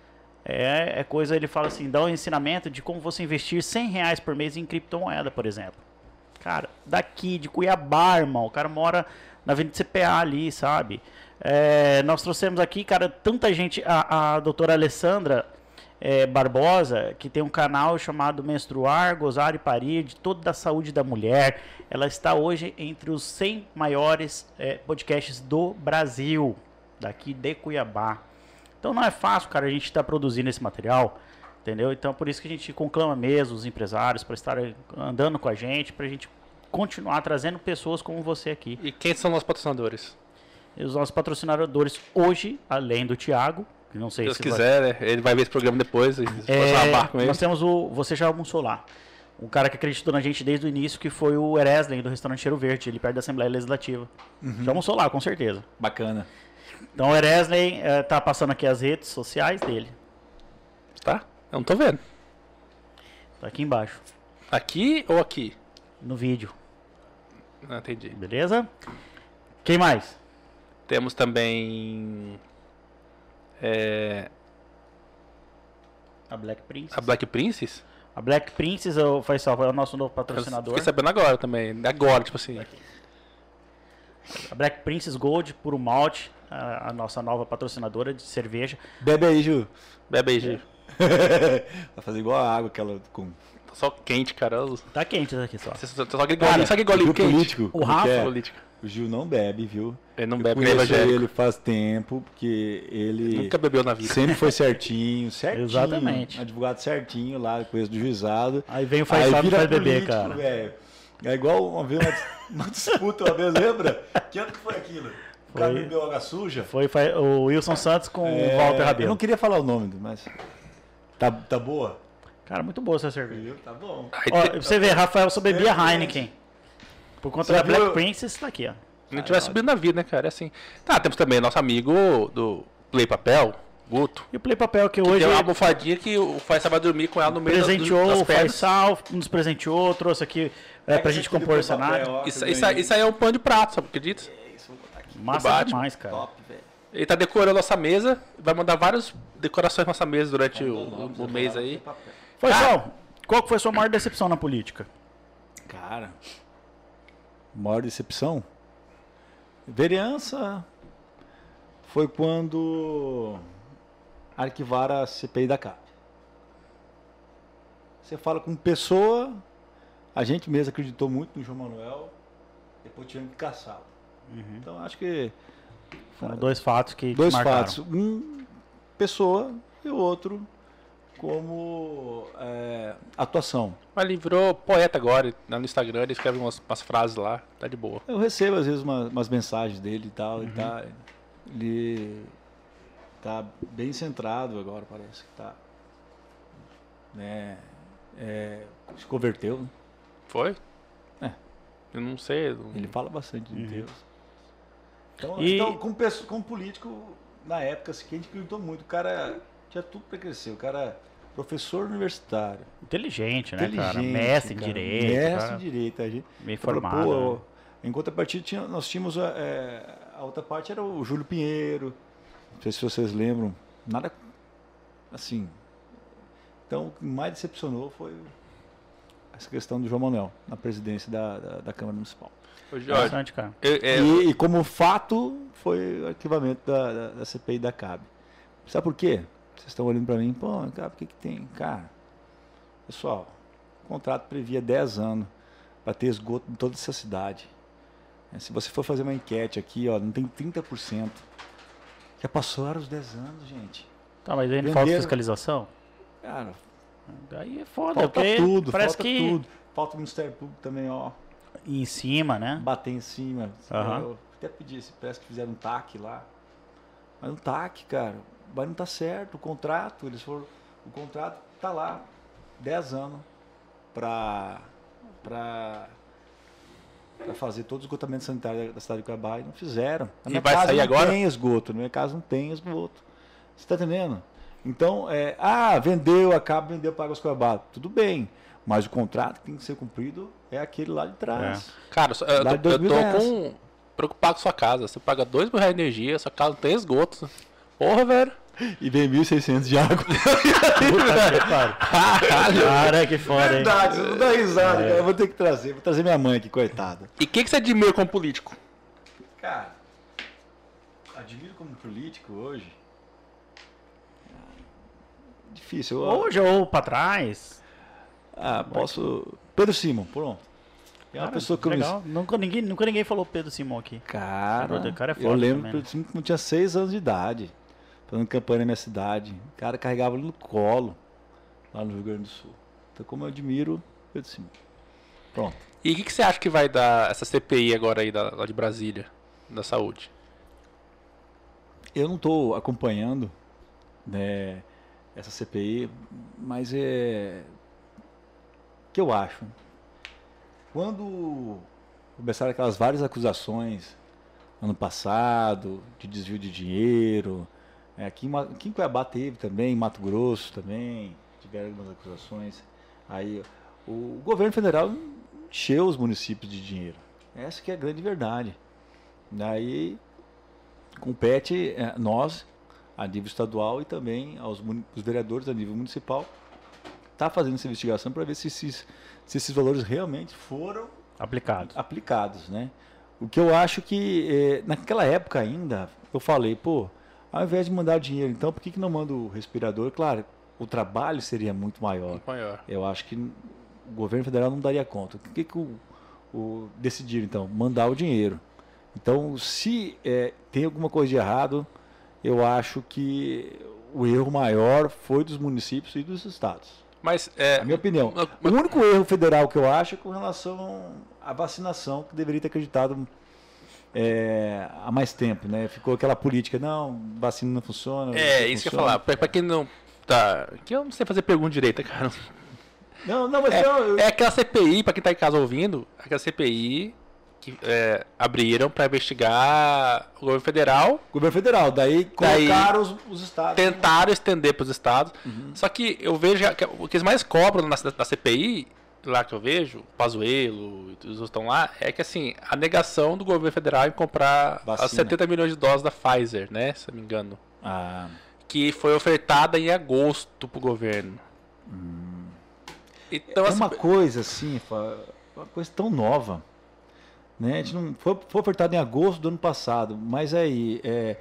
Coisa, ele fala assim, dá um ensinamento de como você investir R$100 por mês em criptomoeda, por exemplo. Cara, daqui, de Cuiabá, irmão, o cara mora na Avenida CPA ali, sabe? Nós trouxemos aqui, cara, tanta gente, a doutora Alessandra Barbosa, que tem um canal chamado Menstruar, Gozar e Parir, de toda a saúde da mulher. Ela está hoje entre os 100 maiores podcasts do Brasil, daqui de Cuiabá. Então não é fácil, cara, a gente estar produzindo esse material, entendeu? Então por isso que a gente conclama mesmo os empresários para estarem andando com a gente, para a gente continuar trazendo pessoas como você aqui. E quem são nossos patrocinadores? E os nossos patrocinadores hoje, além do Thiago, que não sei Deus se quiser, né? Ele vai ver esse programa depois e passar uma barra com ele. nós temos Você Já Almoçou Lá. Um cara que acreditou na gente desde o início, que foi o Ereslen, do restaurante Cheiro Verde, ali perto da Assembleia Legislativa. Já almoçou lá, com certeza. Bacana. Então o Ereslen tá passando aqui as redes sociais dele. Tá? Eu não tô vendo. Tá aqui embaixo, Aqui ou aqui? no vídeo. Não entendi. Beleza? Quem mais? Temos também A Black Princess. a Black Princess. A Black Princess é o nosso novo Eu patrocinador. fiquei sabendo agora também. Agora, tipo assim. A Black Princess Gold, puro malte, a nossa nova patrocinadora de cerveja. Bebe aí, Ju. Bebe aí, Gi. Vai fazer igual a água, aquela com só quente, cara. Tá quente isso aqui só. Você só aquele golinho, sabe aquele golinho Gil quente? político. O como Rafa- que é? Política. O Gil não bebe, viu? Ele não Eu bebe, porque ele é conheço evangélico. ele faz tempo, porque ele Nunca bebeu na vida. sempre foi certinho. Exatamente. Advogado certinho lá, coisa do juizado. Aí vem o Faisal que vira faz beber, político, cara. velho. É igual uma vez uma disputa, uma vez, lembra? Que ano que foi aquilo? O cara Foi. bebeu água suja. Foi o Wilson Santos com o Walter Eu Rabelo. não queria falar o nome, mas... Tá boa? Cara, muito boa essa cerveja. Viu? Tá bom. Aí Ó, te- pra você ver, Rafael só bebia Experiente. Heineken. Por conta Você da viu- Black Princess, tá aqui, ó. não tivesse subido na vida, né, cara? É assim. Tá, temos também nosso amigo do Play Papel, Guto. E o Play Papel que Que hoje tem uma almofadinha que o Faisal vai dormir com ela no meio presenteou das o pernas. Faisal, nos presenteou, trouxe aqui pra gente compor o cenário. Isso aí é um pano de prato, sabe? Acredita? Massa Batman. demais, cara. Top, velho. Ele tá decorando nossa mesa, vai mandar várias decorações pra nossa mesa durante o mês aí. Faisal, qual que foi a sua maior decepção na política? Cara, maior decepção? Vereança foi quando arquivaram a CPI da CAP. Você fala com pessoa, a gente mesmo acreditou muito no João Manuel, depois tivemos que caçá-lo. Então acho que Foram dois fatos que dois marcaram. fatos, um pessoa e o outro como atuação. Mas ele virou poeta agora, lá no Instagram, ele escreve umas frases lá, tá de boa. Eu recebo às vezes umas mensagens dele e tal, ele tá bem centrado agora, parece que tá, né, se converteu, né? Foi? É. Eu não sei. Ele fala bastante de Deus. Então, E- como político, na época, assim, que a gente acreditou muito, o cara tinha tudo para crescer, o cara professor universitário, Inteligente, né, cara? inteligente, Mestre em cara, direito. mestre cara. em direito, a gente Bem falou, formado. pô, né? em contrapartida, nós tínhamos a outra parte era o Júlio Pinheiro, não sei se vocês lembram, nada assim. Então, o que mais decepcionou foi essa questão do João Manuel na presidência da Câmara Municipal. Ô, Jorge, Bastante, cara. E como fato, foi o arquivamento da CPI da CAB. Sabe por quê? Vocês estão olhando para mim, pô, cara, por que tem? Cara, pessoal, o contrato previa 10 anos para ter esgoto em toda essa cidade. Se você for fazer uma enquete aqui, ó, não tem 30%. Já passaram os 10 anos, gente. Tá, mas aí não Venderam- falta fiscalização? Cara, Aí é foda, falta porque tudo, parece falta que tudo. Falta o Ministério Público também, ó, em cima, né? bater em cima. Aham. Eu até pedi, parece que fizeram um TAC lá. Mas um TAC, cara, mas não tá certo. O contrato, o contrato tá lá, 10 anos para fazer todo o esgotamento sanitário da cidade de Cuiabá e não fizeram. Na E minha vai casa sair não agora? tem esgoto, na minha casa não tem esgoto. Você tá entendendo? Então, vendeu, acaba, vendeu para Águas Cuiabá. Tudo bem, mas o contrato que tem que ser cumprido é aquele lá de trás. cara, eu Lá de tô 2010. preocupado com sua casa. Você paga R$2.000 de energia, sua casa não tem esgoto. Porra, velho. E vem 1.600 de água. Cara, que foda, hein? Verdade, você não dá risada, cara. Eu vou ter que trazer. Vou trazer minha mãe aqui, coitada. E o que você admira como político? Cara, admiro como político hoje. Difícil. Hoje ou pra trás. Posso. Pedro Simon, pronto. É uma Cara, pessoa que eu me. legal. Nunca ninguém falou Pedro Simão aqui. Cara, O cara é foda eu lembro também, que né? Pedro Simon quando tinha 6 anos de idade, fazendo campanha na minha cidade. O cara carregava ele no colo, lá no Rio Grande do Sul. Então, como eu admiro Pedro Simon. Pronto. E o que você acha que vai dar essa CPI agora aí lá de Brasília, da saúde? Eu não estou acompanhando, né, essa CPI, mas o que eu acho? Quando começaram aquelas várias acusações ano passado de desvio de dinheiro, aqui em Cuiabá teve também, em Mato Grosso também, tiveram algumas acusações. Aí o governo federal encheu os municípios de dinheiro. Essa que é a grande verdade. Daí compete nós, a nível estadual, e também os vereadores a nível municipal, tá fazendo essa investigação para ver se esses valores realmente foram Aplicado. né? O que eu acho que naquela época ainda eu falei, pô, ao invés de mandar o dinheiro, então por que não manda o respirador? Claro, o trabalho seria muito maior. Maior. Eu acho que o governo federal não daria conta. O que decidiram, então? Mandar o dinheiro. Então, se tem alguma coisa de errado, eu acho que o erro maior foi dos municípios e dos estados. Mas, a minha opinião. O único erro federal que eu acho é com relação à vacinação, que deveria ter acreditado há mais tempo, né? Ficou aquela política, não, vacina não funciona. Isso que eu ia falar. Pra quem não tá... Que eu não sei fazer pergunta direita, cara. Não, mas é aquela CPI, pra quem tá em casa ouvindo, aquela CPI que abriram pra investigar o governo federal. Governo federal, daí colocaram os estados. Tentaram estender pros estados. Só que eu vejo que o que eles mais cobram na CPI, lá que eu vejo, o Pazuello e os outros estão lá, é que assim, a negação do governo federal em comprar as 70 milhões de doses da Pfizer, né? Se eu não me engano. Que foi ofertada em agosto pro governo. Então, uma coisa assim, uma coisa tão nova. Né? A gente não foi ofertado em agosto do ano passado, mas aí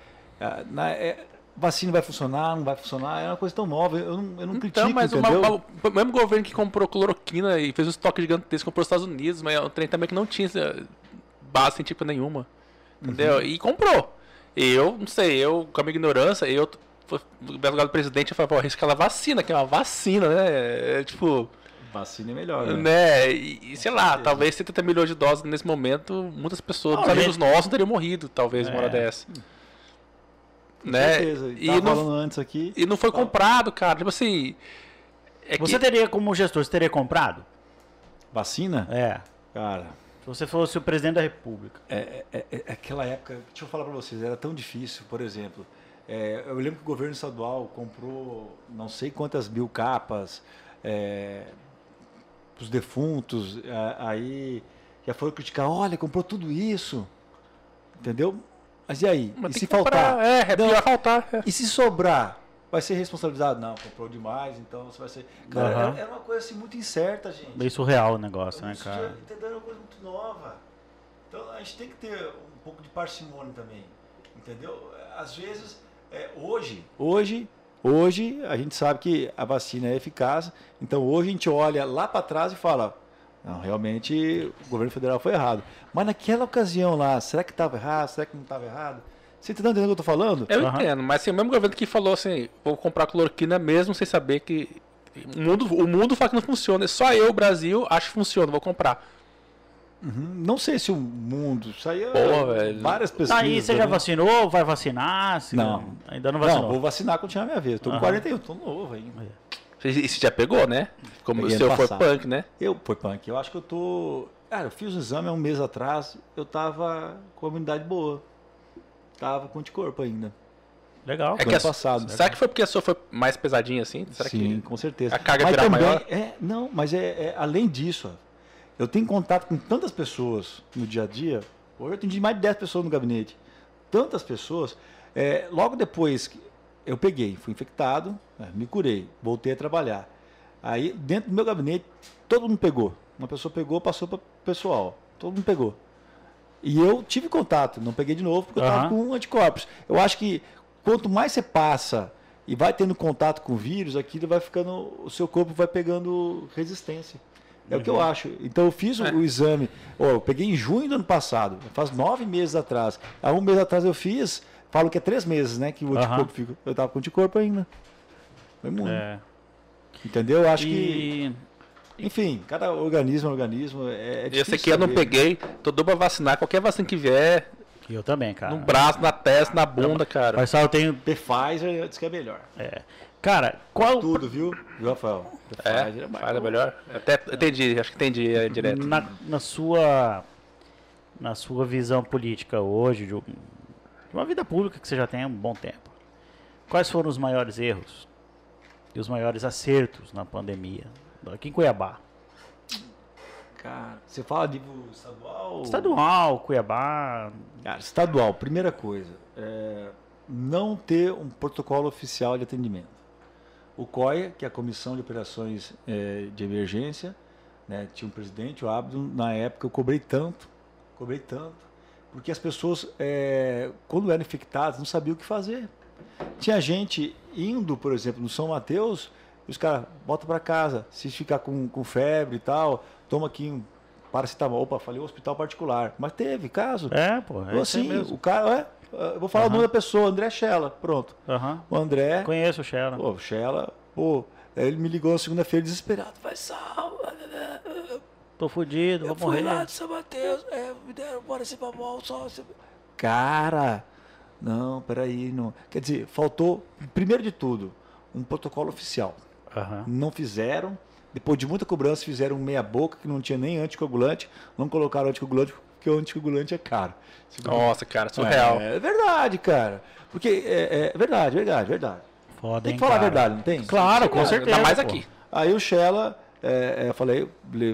vacina vai funcionar, não vai funcionar, é uma coisa tão nova, eu não critico, mas entendeu? O mesmo governo que comprou cloroquina e fez um estoque gigantesco, comprou os Estados Unidos, mas é um trem também que não tinha base científica nenhuma, entendeu? E comprou. Eu, não sei, com a minha ignorância, no lugar do presidente, eu falei, arrisca aquela vacina, que é uma vacina, né? Tipo... Vacina é melhor, né? E sei lá, talvez 70 milhões de doses nesse momento, muitas pessoas, muitos amigos nossos teriam morrido, talvez, uma hora dessa. Né? Certeza. E falando antes aqui. E não foi comprado, cara. Tipo assim. Você teria, como gestor, você teria comprado? Vacina? Cara. Se você fosse o presidente da República. Aquela época, deixa eu falar para vocês, era tão difícil, por exemplo. Eu lembro que o governo estadual comprou não sei quantas mil capas. Os defuntos, aí já foram criticar, olha, comprou tudo isso, entendeu? Mas e aí? Mas e se faltar? Pior faltar. E se sobrar? Vai ser responsabilizado? Não, comprou demais, então você vai ser... Cara, era uma coisa assim muito incerta, gente. Meio surreal o negócio, né, cara? Entendeu? É uma coisa muito nova. Então a gente tem que ter um pouco de parcimônia também, entendeu? Às vezes, Hoje a gente sabe que a vacina é eficaz, então hoje a gente olha lá para trás e fala, não, realmente o governo federal foi errado. Mas naquela ocasião lá, será que estava errado? Será que não estava errado? Você está entendendo o que eu estou falando? Eu entendo, mas assim, o mesmo governo que falou assim, vou comprar cloroquina mesmo sem saber que o mundo fala que não funciona. Só eu, o Brasil, acho que funciona, vou comprar. Não sei se o mundo... Isso aí várias pessoas... Aí você já vacinou? Vai vacinar? Não. Ainda não vacinou? Não, vou vacinar quando tiver a minha vez. Estou com 41, estou novo ainda. E você já pegou, né? Como o seu foi punk, né? Foi punk. Eu acho que eu tô... Cara, eu fiz o exame há um mês atrás, eu tava com a imunidade boa. Tava com anticorpo ainda. Legal. É que passado. Será que foi porque a sua foi mais pesadinha assim? Será Sim, com certeza. A carga virar maior? Não, mas além disso, eu tenho contato com tantas pessoas no dia a dia. Hoje eu atendi mais de 10 pessoas no gabinete. Tantas pessoas. Logo depois que eu peguei, fui infectado, me curei, voltei a trabalhar. Aí, dentro do meu gabinete, todo mundo pegou. Uma pessoa pegou, passou para o pessoal. Todo mundo pegou. E eu tive contato, não peguei de novo, porque eu estava com anticorpos. Eu acho que quanto mais você passa e vai tendo contato com o vírus, aquilo vai ficando, o seu corpo vai pegando resistência. É o que eu acho. Então eu fiz o exame, eu peguei em junho do ano passado, faz 9 meses atrás. Há um mês atrás eu fiz, falo que é 3 meses, né? Que o anticorpo fica. Eu estava com anticorpo ainda. Foi muito. Entendeu? Eu acho que. Enfim, cada organismo é um organismo. Esse aqui eu não peguei, tô doido pra vacinar. Qualquer vacina que vier. Eu também, cara. No braço, na testa, na bunda, cara. Mas só eu tenho. Pfizer, diz que é melhor. Cara, qual. Tudo, viu, Rafael? Pfizer é melhor. Até entendi, acho que entendi direto. Na sua visão política hoje, de uma vida pública que você já tem há um bom tempo, quais foram os maiores erros e os maiores acertos na pandemia aqui em Cuiabá? Cara, você fala de nível estadual? Estadual, Cuiabá. Cara, estadual, primeira coisa, não ter um protocolo oficial de atendimento. O COIA, que é a Comissão de Operações de Emergência, né, tinha um presidente, o Abdo, na época eu cobrei tanto, porque as pessoas, quando eram infectadas, não sabiam o que fazer. Tinha gente indo, por exemplo, no São Mateus, E os caras, volta para casa. Se ficar com febre e tal, toma aqui um paracetamol. Opa, falei hospital particular. Mas teve caso. Pô. Ou assim, o cara, eu vou falar o nome da pessoa, André Schella, pronto. O André, Conheço o Shella. pô, Schella, aí ele me ligou na segunda-feira desesperado. Vai salva, Tô fudido, vou morrer. fui lá de São Mateus, me deram paracetamol só. Cara, não, peraí, não. Quer dizer, faltou, primeiro de tudo, um protocolo oficial. Não fizeram. Depois de muita cobrança, fizeram meia boca, que não tinha nem anticoagulante. Não colocaram anticoagulante, porque o anticoagulante é caro. Nossa, cara, surreal. É verdade, cara. Porque é verdade. Foda, Tem hein, que falar a cara? verdade, não tem? Claro, com Verdade. certeza. Ainda mais pô. aqui. Aí o Schella, eu falei,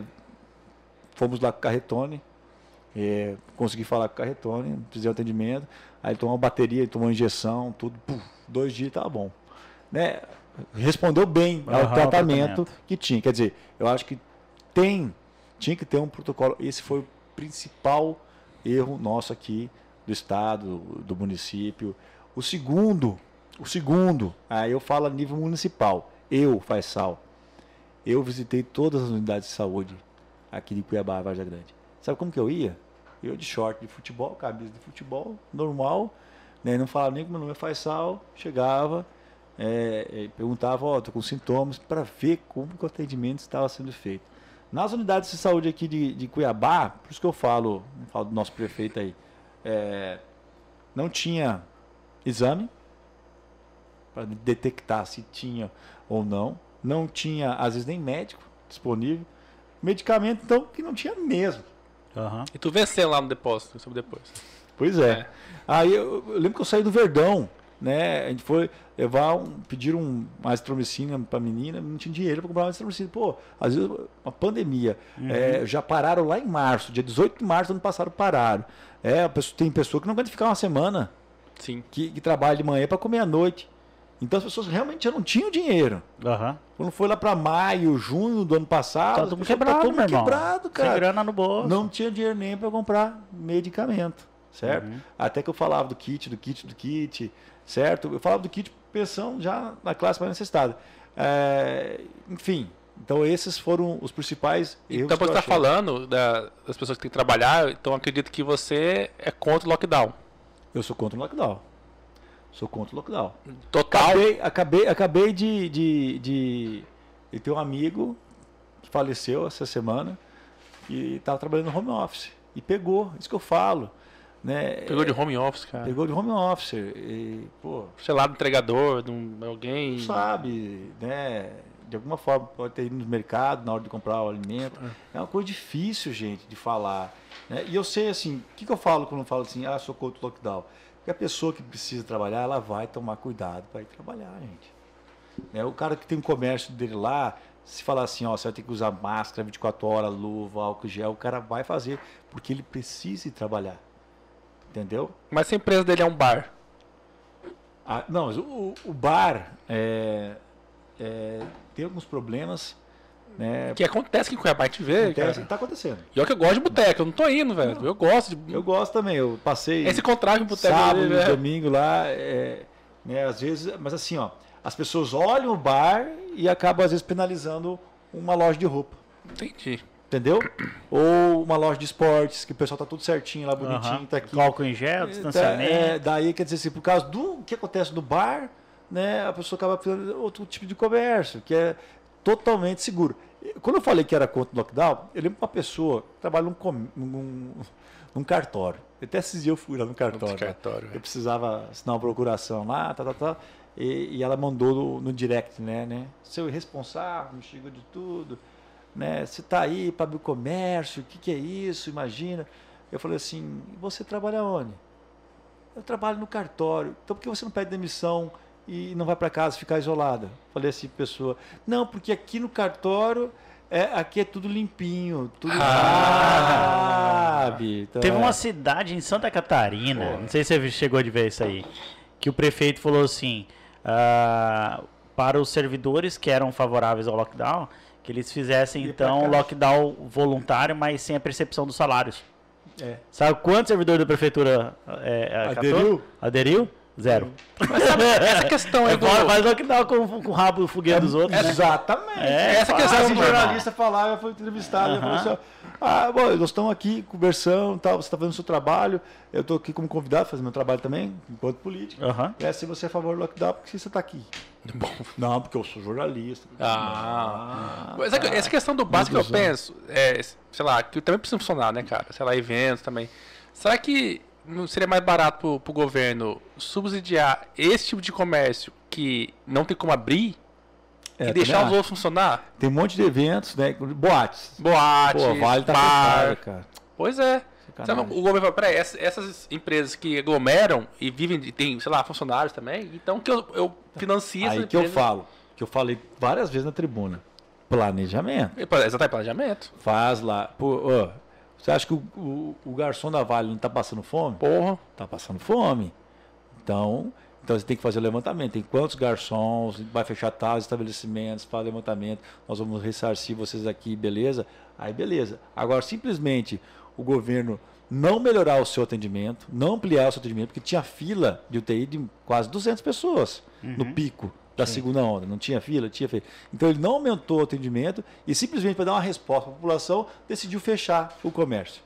fomos lá com o Carretone, consegui falar com o Carretone, fizemos atendimento, aí ele tomou uma bateria, ele tomou uma injeção, tudo, 2 dias tava bom. Né? Respondeu bem ao tratamento que tinha. Quer dizer, eu acho que tinha que ter um protocolo. Esse foi o principal erro nosso aqui do estado, do município. O segundo, aí eu falo a nível municipal, Faisal, eu visitei todas as unidades de saúde aqui de Cuiabá, Vargem Grande. Sabe como que eu ia? Eu de short de futebol, camisa de futebol, normal, né? Não falava nem que meu nome é Faisal, chegava, perguntava, tô com sintomas, para ver como que o atendimento estava sendo feito. Nas unidades de saúde aqui de Cuiabá, por isso que eu falo do nosso prefeito aí, não tinha exame para detectar se tinha ou não tinha, às vezes, nem médico disponível, medicamento, então, que não tinha mesmo. E tu venceu lá no depósito, sobre depois. Pois é. Aí eu lembro que eu saí do Verdão, né? A gente foi levar pediram uma azitromicina para a menina, não tinha dinheiro para comprar uma azitromicina. Pô, às vezes uma pandemia. Já pararam lá em março, dia 18 de março do ano passado pararam. Tem pessoa que não aguenta ficar uma semana. Sim. Que trabalha de manhã para comer à noite. Então as pessoas realmente já não tinham dinheiro. Quando foi lá para maio, junho do ano passado, Tá todo mundo quebrado, todo meu irmão. quebrado, cara. Sem grana no bolso. Não tinha dinheiro nem para comprar medicamento, certo? Até que eu falava do kit, certo? Eu falava do kit pensando já na classe mais necessitada. Enfim, então esses foram os principais erros. Então que eu você está achei. falando das pessoas que têm que trabalhar, então acredito que você é contra o lockdown. Eu sou contra o lockdown. Total. Acabei de ter um amigo que faleceu essa semana e estava trabalhando no home office. E pegou, isso que eu falo. Né? Pegou de home office, cara. Pegou de home office. E, pô, sei lá, do entregador, de alguém. não sabe, né? De alguma forma pode ter ido no mercado na hora de comprar o alimento. É uma coisa difícil, gente, de falar. Né? E eu sei, assim, o que eu falo quando eu falo assim, sou contra o lockdown? Porque a pessoa que precisa trabalhar, ela vai tomar cuidado para ir trabalhar, gente. Né? O cara que tem um comércio dele lá, se falar assim, você vai ter que usar máscara 24 horas, luva, álcool gel, o cara vai fazer, porque ele precisa ir trabalhar. Entendeu? Mas se a empresa dele é um bar. Não, mas o bar tem alguns problemas, né? Que acontece que em Cuiabá a gente vê, cara. Tá acontecendo. E olha que eu gosto de boteco, eu não tô indo, velho. Eu gosto de. Eu gosto também, eu passei Esse contrato com boteco sábado, ali, velho. domingo lá, né? Às vezes, mas assim, as pessoas olham o bar e acabam às vezes penalizando uma loja de roupa. Entendi. Entendeu? Ou uma loja de esportes, que o pessoal tá tudo certinho lá, bonitinho, tá aqui. Álcool em gel, distanciamento. Daí, quer dizer assim, por causa do que acontece no bar, né, a pessoa acaba fazendo outro tipo de comércio, que é totalmente seguro. Quando eu falei que era contra o lockdown, eu lembro de uma pessoa que trabalha num cartório. Até esses dias eu fui lá no cartório. Eu precisava assinar uma procuração lá, e ela mandou no direct, né? Seu irresponsável, me xingou de tudo. Né? Você está aí para abrir o comércio, o que é isso? Imagina. Eu falei assim, você trabalha onde? Eu trabalho no cartório. Então por que você não pede demissão e não vai para casa ficar isolada? Falei assim, pessoa, não, porque aqui no cartório, aqui é tudo limpinho, tudo sabe. Então, Teve uma cidade em Santa Catarina, não sei se você chegou de ver isso aí, que o prefeito falou assim, para os servidores que eram favoráveis ao lockdown, que eles fizessem, então, lockdown voluntário, mas sem a percepção dos salários. Sabe quantos servidores da prefeitura aderiu? Aderiu? Zero. Mas sabe, essa questão aí do... Faz lockdown com o rabo fogueiro dos outros, né? Exatamente. essa Questão questão, de meu jornalista falar, eu fui entrevistado, ele falou assim, bom, nós estamos aqui conversando, tal, você está fazendo o seu trabalho, eu estou aqui como convidado, fazendo meu trabalho também, enquanto político. Aham. E assim, você é a favor do lockdown, por que você está aqui? Bom. Não, porque eu sou jornalista. Mas essa questão do básico que eu penso, sei lá, que também precisa funcionar, né, cara? Sei lá, eventos também. Será que não seria mais barato pro governo subsidiar esse tipo de comércio que não tem como abrir e deixar os outros funcionar? Tem um monte de eventos, né? Boates. Boate, Pô, Vale tá bar. fechado, cara. Pois é. Sacanagem. Sabe, o governo fala, peraí, essas empresas que aglomeram e vivem, tem, sei lá, funcionários também, então que eu financio essas Aí que eu empresas. falo, que eu falei várias vezes na tribuna. Planejamento. Exatamente, planejamento. Faz lá. Pô, ó, você acha que o garçom da Vale não está passando fome? Porra. Está passando fome. Então você tem que fazer o levantamento. Tem quantos garçons, vai fechar tais estabelecimentos, faz levantamento, nós vamos ressarcir vocês aqui, beleza? Aí beleza. Agora, simplesmente o governo não melhorar o seu atendimento, não ampliar o seu atendimento, porque tinha fila de UTI de quase 200 pessoas no pico da segunda onda. Não tinha fila? Tinha fila. Então ele não aumentou o atendimento e simplesmente para dar uma resposta à população, decidiu fechar o comércio.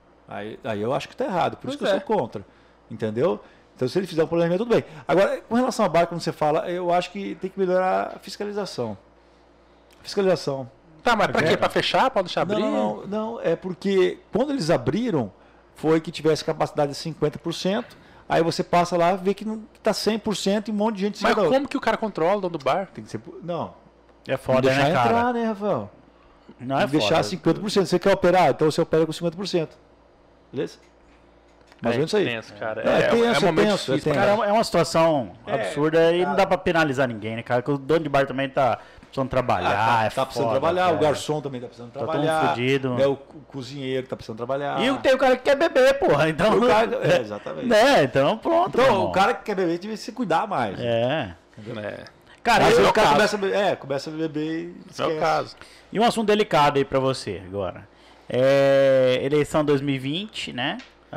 Aí eu acho que está errado, por isso que eu sou contra. Entendeu? Então se ele fizer um planejamento, tudo bem. Agora, com relação à barca, como você fala, eu acho que tem que melhorar a fiscalização. Fiscalização. Tá, mas pra quê? Pra fechar? Pra deixar abrir? Não, é porque quando eles abriram, foi que tivesse capacidade de 50%, aí você passa lá e vê que está 100% e um monte de gente Mas sai da como que o cara controla o dono do bar? Tem que ser. Não. É foda, Deixar né, cara? entrar, né, Rafael? Não Tem é que deixar foda. 50%. Você quer operar? Então você opera com 50%. Beleza? Mais ou menos isso aí. Tenso, cara. Não, é tenso, um momento tenso, difícil. tenso. Cara, é uma situação absurda e cara. não dá pra penalizar ninguém, né, cara? Porque o dono de bar também tá precisando trabalhar, tá precisando foda, trabalhar, cara. o garçom também tá precisando todo trabalhar. fudido. Né, o cozinheiro tá precisando trabalhar. E tem o cara que quer beber, porra. Então, O cara- exatamente. né? Então pronto. meu Então, irmão. o cara que quer beber deve se cuidar mais. É. É. Cara, Às vezes eu, o cara começa a beber e É o esquece. caso. e um assunto delicado aí pra você agora. Eleição 2020, né?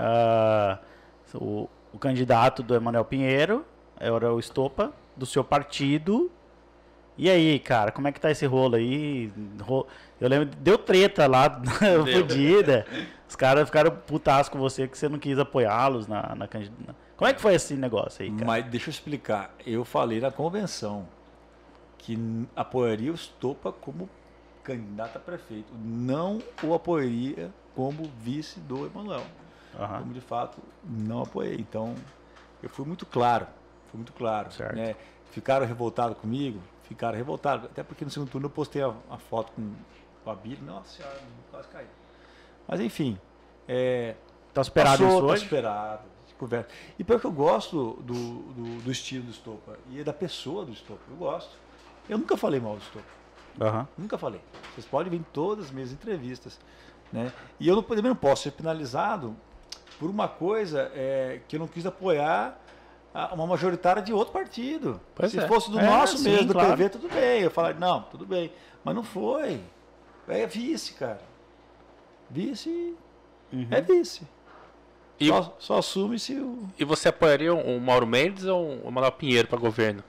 O candidato do Emanuel Pinheiro era o Estopa, do seu partido. E aí, cara, como é que tá esse rolo aí? Eu lembro, deu treta lá, fodida. Os caras ficaram putas com você que você não quis apoiá-los na candidatura. Como é que foi esse negócio aí, cara? Mas deixa eu explicar. Eu falei na convenção que apoiaria o Estopa como candidato a prefeito. Não o apoiaria como vice do Emanuel. Aham. Como de fato não apoiei. Então eu fui muito claro. Certo. Né? Ficaram revoltados comigo? Ficaram revoltados. Até porque no segundo turno eu postei a foto com a Bíblia. Nossa senhora, quase caí. Mas enfim. Tá superado isso Tá hoje? superado. Conversa. E pior que eu gosto do estilo do Estopa e da pessoa do Estopa. Eu gosto. Eu nunca falei mal do Estopa. Aham. Nunca falei. Vocês podem ver em todas as minhas entrevistas. Né? E eu também não posso ser penalizado por uma coisa que eu não quis apoiar uma majoritária de outro partido. Pois Se é. fosse do É, nosso sim, mesmo, do claro. PV, tudo bem. Eu falaria, não, tudo bem. Mas não foi. É vice, cara. Vice é vice. E, Só assume-se o... e você apoiaria o Mauro Mendes ou o Emanuel Pinheiro para governo?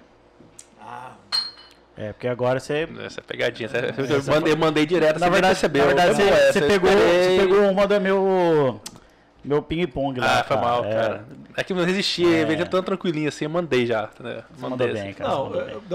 Porque agora você... Essa pegadinha. Eu mandei direto, Na você verdade, percebeu. você pegou uma do meu ping-pong lá. Ah, foi mal, cara. É que eu não resisti, veio tão tranquilinho assim, eu mandei já. Né? Você mandou Mandei bem, assim. cara. Não, você mandou bem.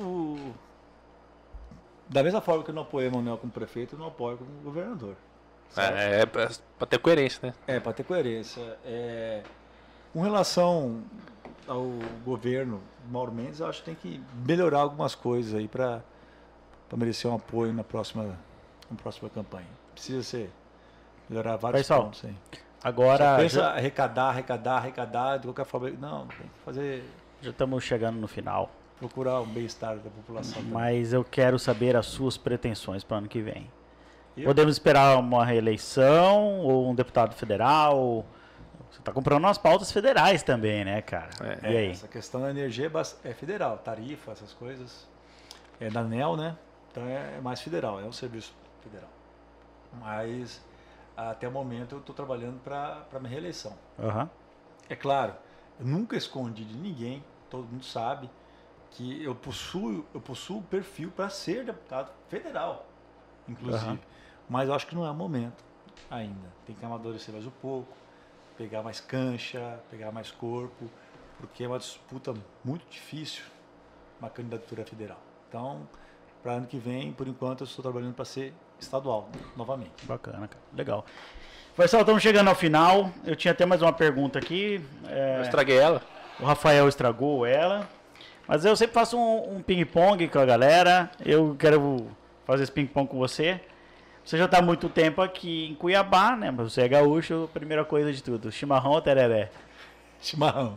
da mesma forma que eu não apoiei o Manuel como prefeito, eu não apoio como governador. É pra ter coerência, né? Para ter coerência. Com relação ao governo Mauro Mendes, eu acho que tem que melhorar algumas coisas aí para merecer um apoio na próxima campanha. Precisa ser melhorar vários Pessoal, pontos aí. Agora, Só pensa arrecadar, de qualquer forma. Não, tem que fazer, já estamos chegando no final. procurar o bem-estar da população também. Mas eu quero saber as suas pretensões para o ano que vem. Eu? Podemos esperar uma reeleição ou um deputado federal? Você está comprando umas pautas federais também, né, cara? E aí? Essa questão da energia é federal, tarifa, essas coisas. É da ANEEL, né? Então é mais federal, é um serviço federal. Mas até o momento eu estou trabalhando para minha reeleição. Aham. É claro, Eu nunca escondi de ninguém, todo mundo sabe, que eu possuo perfil para ser deputado federal, inclusive. Uhum. Mas eu acho que não é o momento ainda. Tem que amadurecer mais um pouco, pegar mais cancha, pegar mais corpo, porque é uma disputa muito difícil, uma candidatura federal. Então, para ano que vem, por enquanto, eu estou trabalhando para ser estadual, novamente. Bacana, cara. Legal. Pessoal, estamos chegando ao final. Eu tinha até mais uma pergunta aqui. Eu estraguei ela. O Rafael estragou ela. Mas eu sempre faço um ping-pong com a galera. Eu quero fazer esse ping-pong com você. Você já está há muito tempo aqui em Cuiabá, né? Mas você é gaúcho, primeira coisa de tudo. Chimarrão ou tereré? Chimarrão.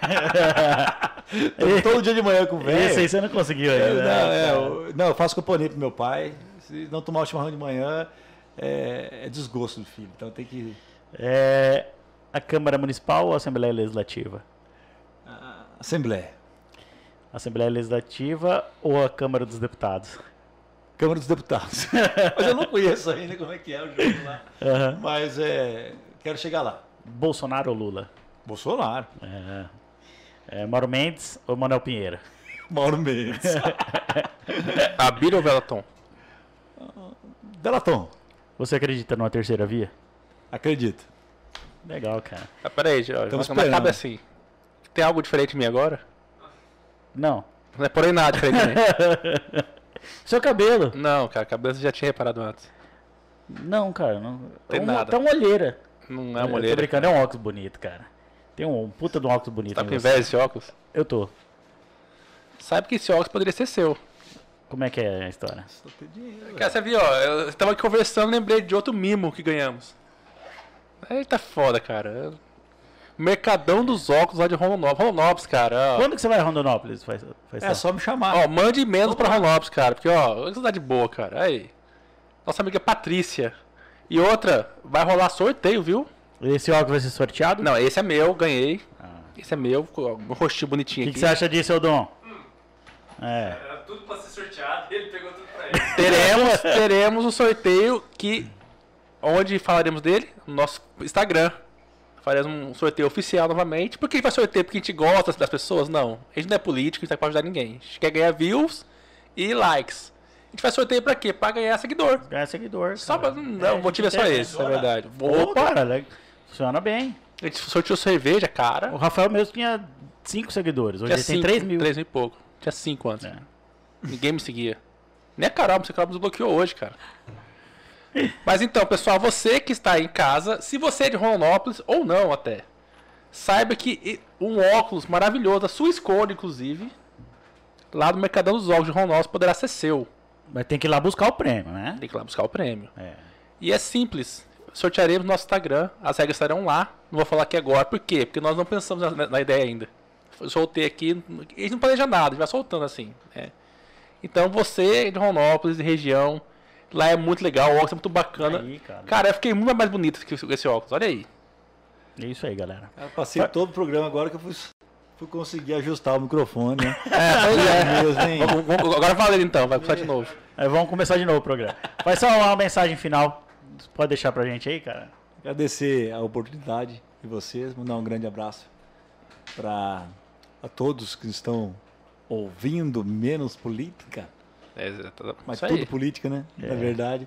Todo dia de manhã com o velho. Esse aí você não conseguiu ainda. Não, eu faço companhia pro meu pai. Se não tomar o chimarrão de manhã, é desgosto do filho. Então tem que... A Câmara Municipal ou a Assembleia Legislativa? Assembleia. Assembleia Legislativa ou a Câmara dos Deputados? Câmara dos Deputados. Mas eu não conheço ainda como é que é o jogo lá. Uhum. Mas quero chegar lá. Bolsonaro ou Lula? Bolsonaro. Mauro Mendes ou Manuel Pinheiro? Mauro Mendes. Abílio ou Velaton? Delaton. Você acredita numa terceira via? Acredito. Legal, cara. Peraí, Jorge. Mas esperando. cabe assim. Tem algo diferente de mim agora? Não. Não é porém nada diferente de mim. Seu cabelo? Não, cara, cabelo você já tinha reparado antes. Não, cara. Não. Tem nada. Tá uma olheira. Não é Eu tô mulher. brincando, é um óculos bonito, cara. Tem um puta de um óculos bonito. Tá em com você. inveja desse óculos? Eu tô. Sabe que esse óculos poderia ser seu. Como é que é a história? Só tem dinheiro, Cara, você viu, ó, eu tava aqui conversando, lembrei de outro mimo que ganhamos. Aí tá foda, cara. Mercadão dos óculos lá de Rondonópolis. Rondonópolis, cara, ó. Quando que você vai a Rondonópolis? Faz É só me chamar. Ó, mande menos pra Rondonópolis, cara. Porque, ó, isso dá de boa, cara. Aí. Nossa amiga Patrícia. E outra, vai rolar sorteio, viu? Esse óculos vai ser sorteado? Não, esse é meu, ganhei. Esse é meu, um rostinho O bonitinho que aqui. você acha disso, Eldon? Era tudo pra ser sorteado e ele pegou tudo pra ele. Teremos um sorteio onde falaremos dele no nosso Instagram. Faremos um sorteio oficial novamente. Por que a gente vai sorteio? Porque a gente gosta das pessoas? Não. A gente não é político, a gente não tá pra ajudar ninguém. A gente quer ganhar views e likes. A gente faz sorteio pra quê? Pra ganhar seguidor. Ganhar seguidor. Só cara. pra. Não, o motivo é só esse, na verdade. Opa, cara, funciona bem. A gente sorteou cerveja, cara. O Rafael mesmo tinha 5 seguidores. Hoje Tinha ele tem 3 mil. 3 mil e pouco. Tinha 5 antes. É. Ninguém me seguia. Nem a Carol, mas a Carol me desbloqueou hoje, cara. Mas então, pessoal, você que está aí em casa, se você é de Rondonópolis, ou não até, saiba que um óculos maravilhoso, da sua escolha, inclusive, lá do Mercadão dos Óculos de Rondonópolis, poderá ser seu. Mas tem que ir lá buscar o prêmio, né? Tem que ir lá buscar o prêmio. É. E é simples. Sortearemos no nosso Instagram. As regras estarão lá. Não vou falar aqui agora. Por quê? Porque nós não pensamos na ideia ainda. Eu soltei aqui. A gente não planeja nada. A gente vai soltando assim. Então você de Rondonópolis, de região, lá é muito legal. O óculos é muito bacana. Aí, cara. Cara, eu fiquei muito mais bonito que esse óculos. Olha aí. É isso aí, galera. Eu passei todo o programa agora que eu fui conseguir ajustar o microfone, né? Pois é. Mesmo, hein? Agora fala ele então. Vai começar de novo. Vamos começar de novo o programa. Faz só uma mensagem final. Pode deixar pra gente aí, cara? Agradecer a oportunidade de vocês, mandar um grande abraço para todos que estão ouvindo menos política, mas Isso tudo aí. política, né? Na verdade.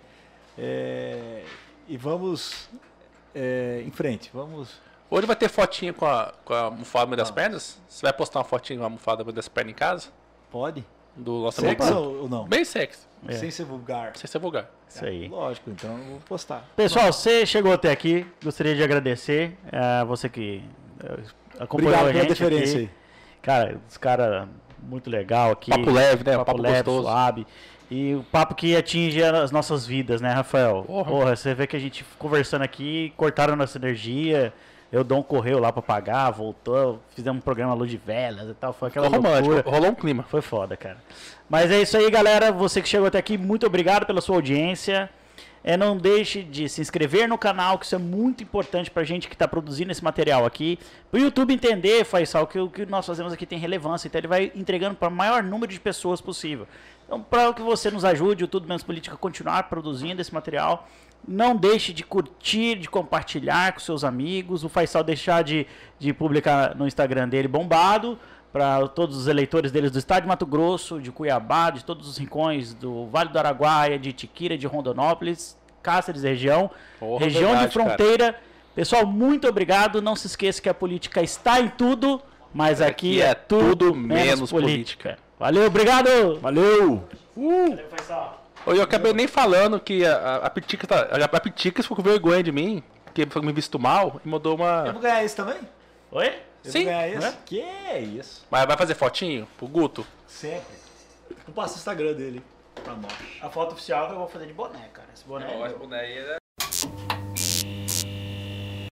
E vamos em frente, vamos. Hoje vai ter fotinha com a almofada das pernas? Você vai postar uma fotinha com a almofada das pernas em casa? Pode? Do nosso Sexo amigo? ou não? Bem sexy. Sem ser vulgar. Sem ser vulgar. Isso aí. Lógico, então eu vou postar. Pessoal, você chegou até aqui. Gostaria de agradecer a você que acompanhou Obrigado a pela gente deferência aqui. aí. Cara, os caras muito legal aqui. Papo leve, né? Papo Papo leve, gostoso. suave. E o papo que atinge as nossas vidas, né, Rafael? Porra, você vê que a gente conversando aqui, cortaram nossa energia. Eu dou um correio lá pra pagar, voltou, fizemos um programa Luz de Velas e tal. Foi aquela Ficou romântico, loucura. rolou um clima. Foi foda, cara. Mas é isso aí, galera. Você que chegou até aqui, muito obrigado pela sua audiência. Não deixe de se inscrever no canal, que isso é muito importante pra gente que tá produzindo esse material aqui. Pro YouTube entender, Faisal, que o que nós fazemos aqui tem relevância. Então ele vai entregando para o maior número de pessoas possível. Então, para que você nos ajude, o Tudo Menos Política, continuar produzindo esse material, Não deixe de curtir, de compartilhar com seus amigos. O Faisal deixar de publicar no Instagram dele bombado, para todos os eleitores deles do estado de Mato Grosso, de Cuiabá, de todos os rincões do Vale do Araguaia, de Itiquira, de Rondonópolis, Cáceres região, região verdade, de fronteira. Cara. Pessoal, muito obrigado. Não se esqueça que a política está em tudo, mas aqui é tudo menos política. Valeu, obrigado! Valeu! Valeu, Faisal. Eu acabei nem falando que a Piticas ficou com vergonha de mim, que me visto mal, e mandou uma... Eu vou ganhar esse também? Oi? Eu Sim. vou ganhar esse? É? Que é isso? Mas vai fazer fotinho pro Guto? Sempre. Eu passo o Instagram dele pra nós. A foto oficial que eu vou fazer de boné, cara. Esse boné. Ó, esse boné aí é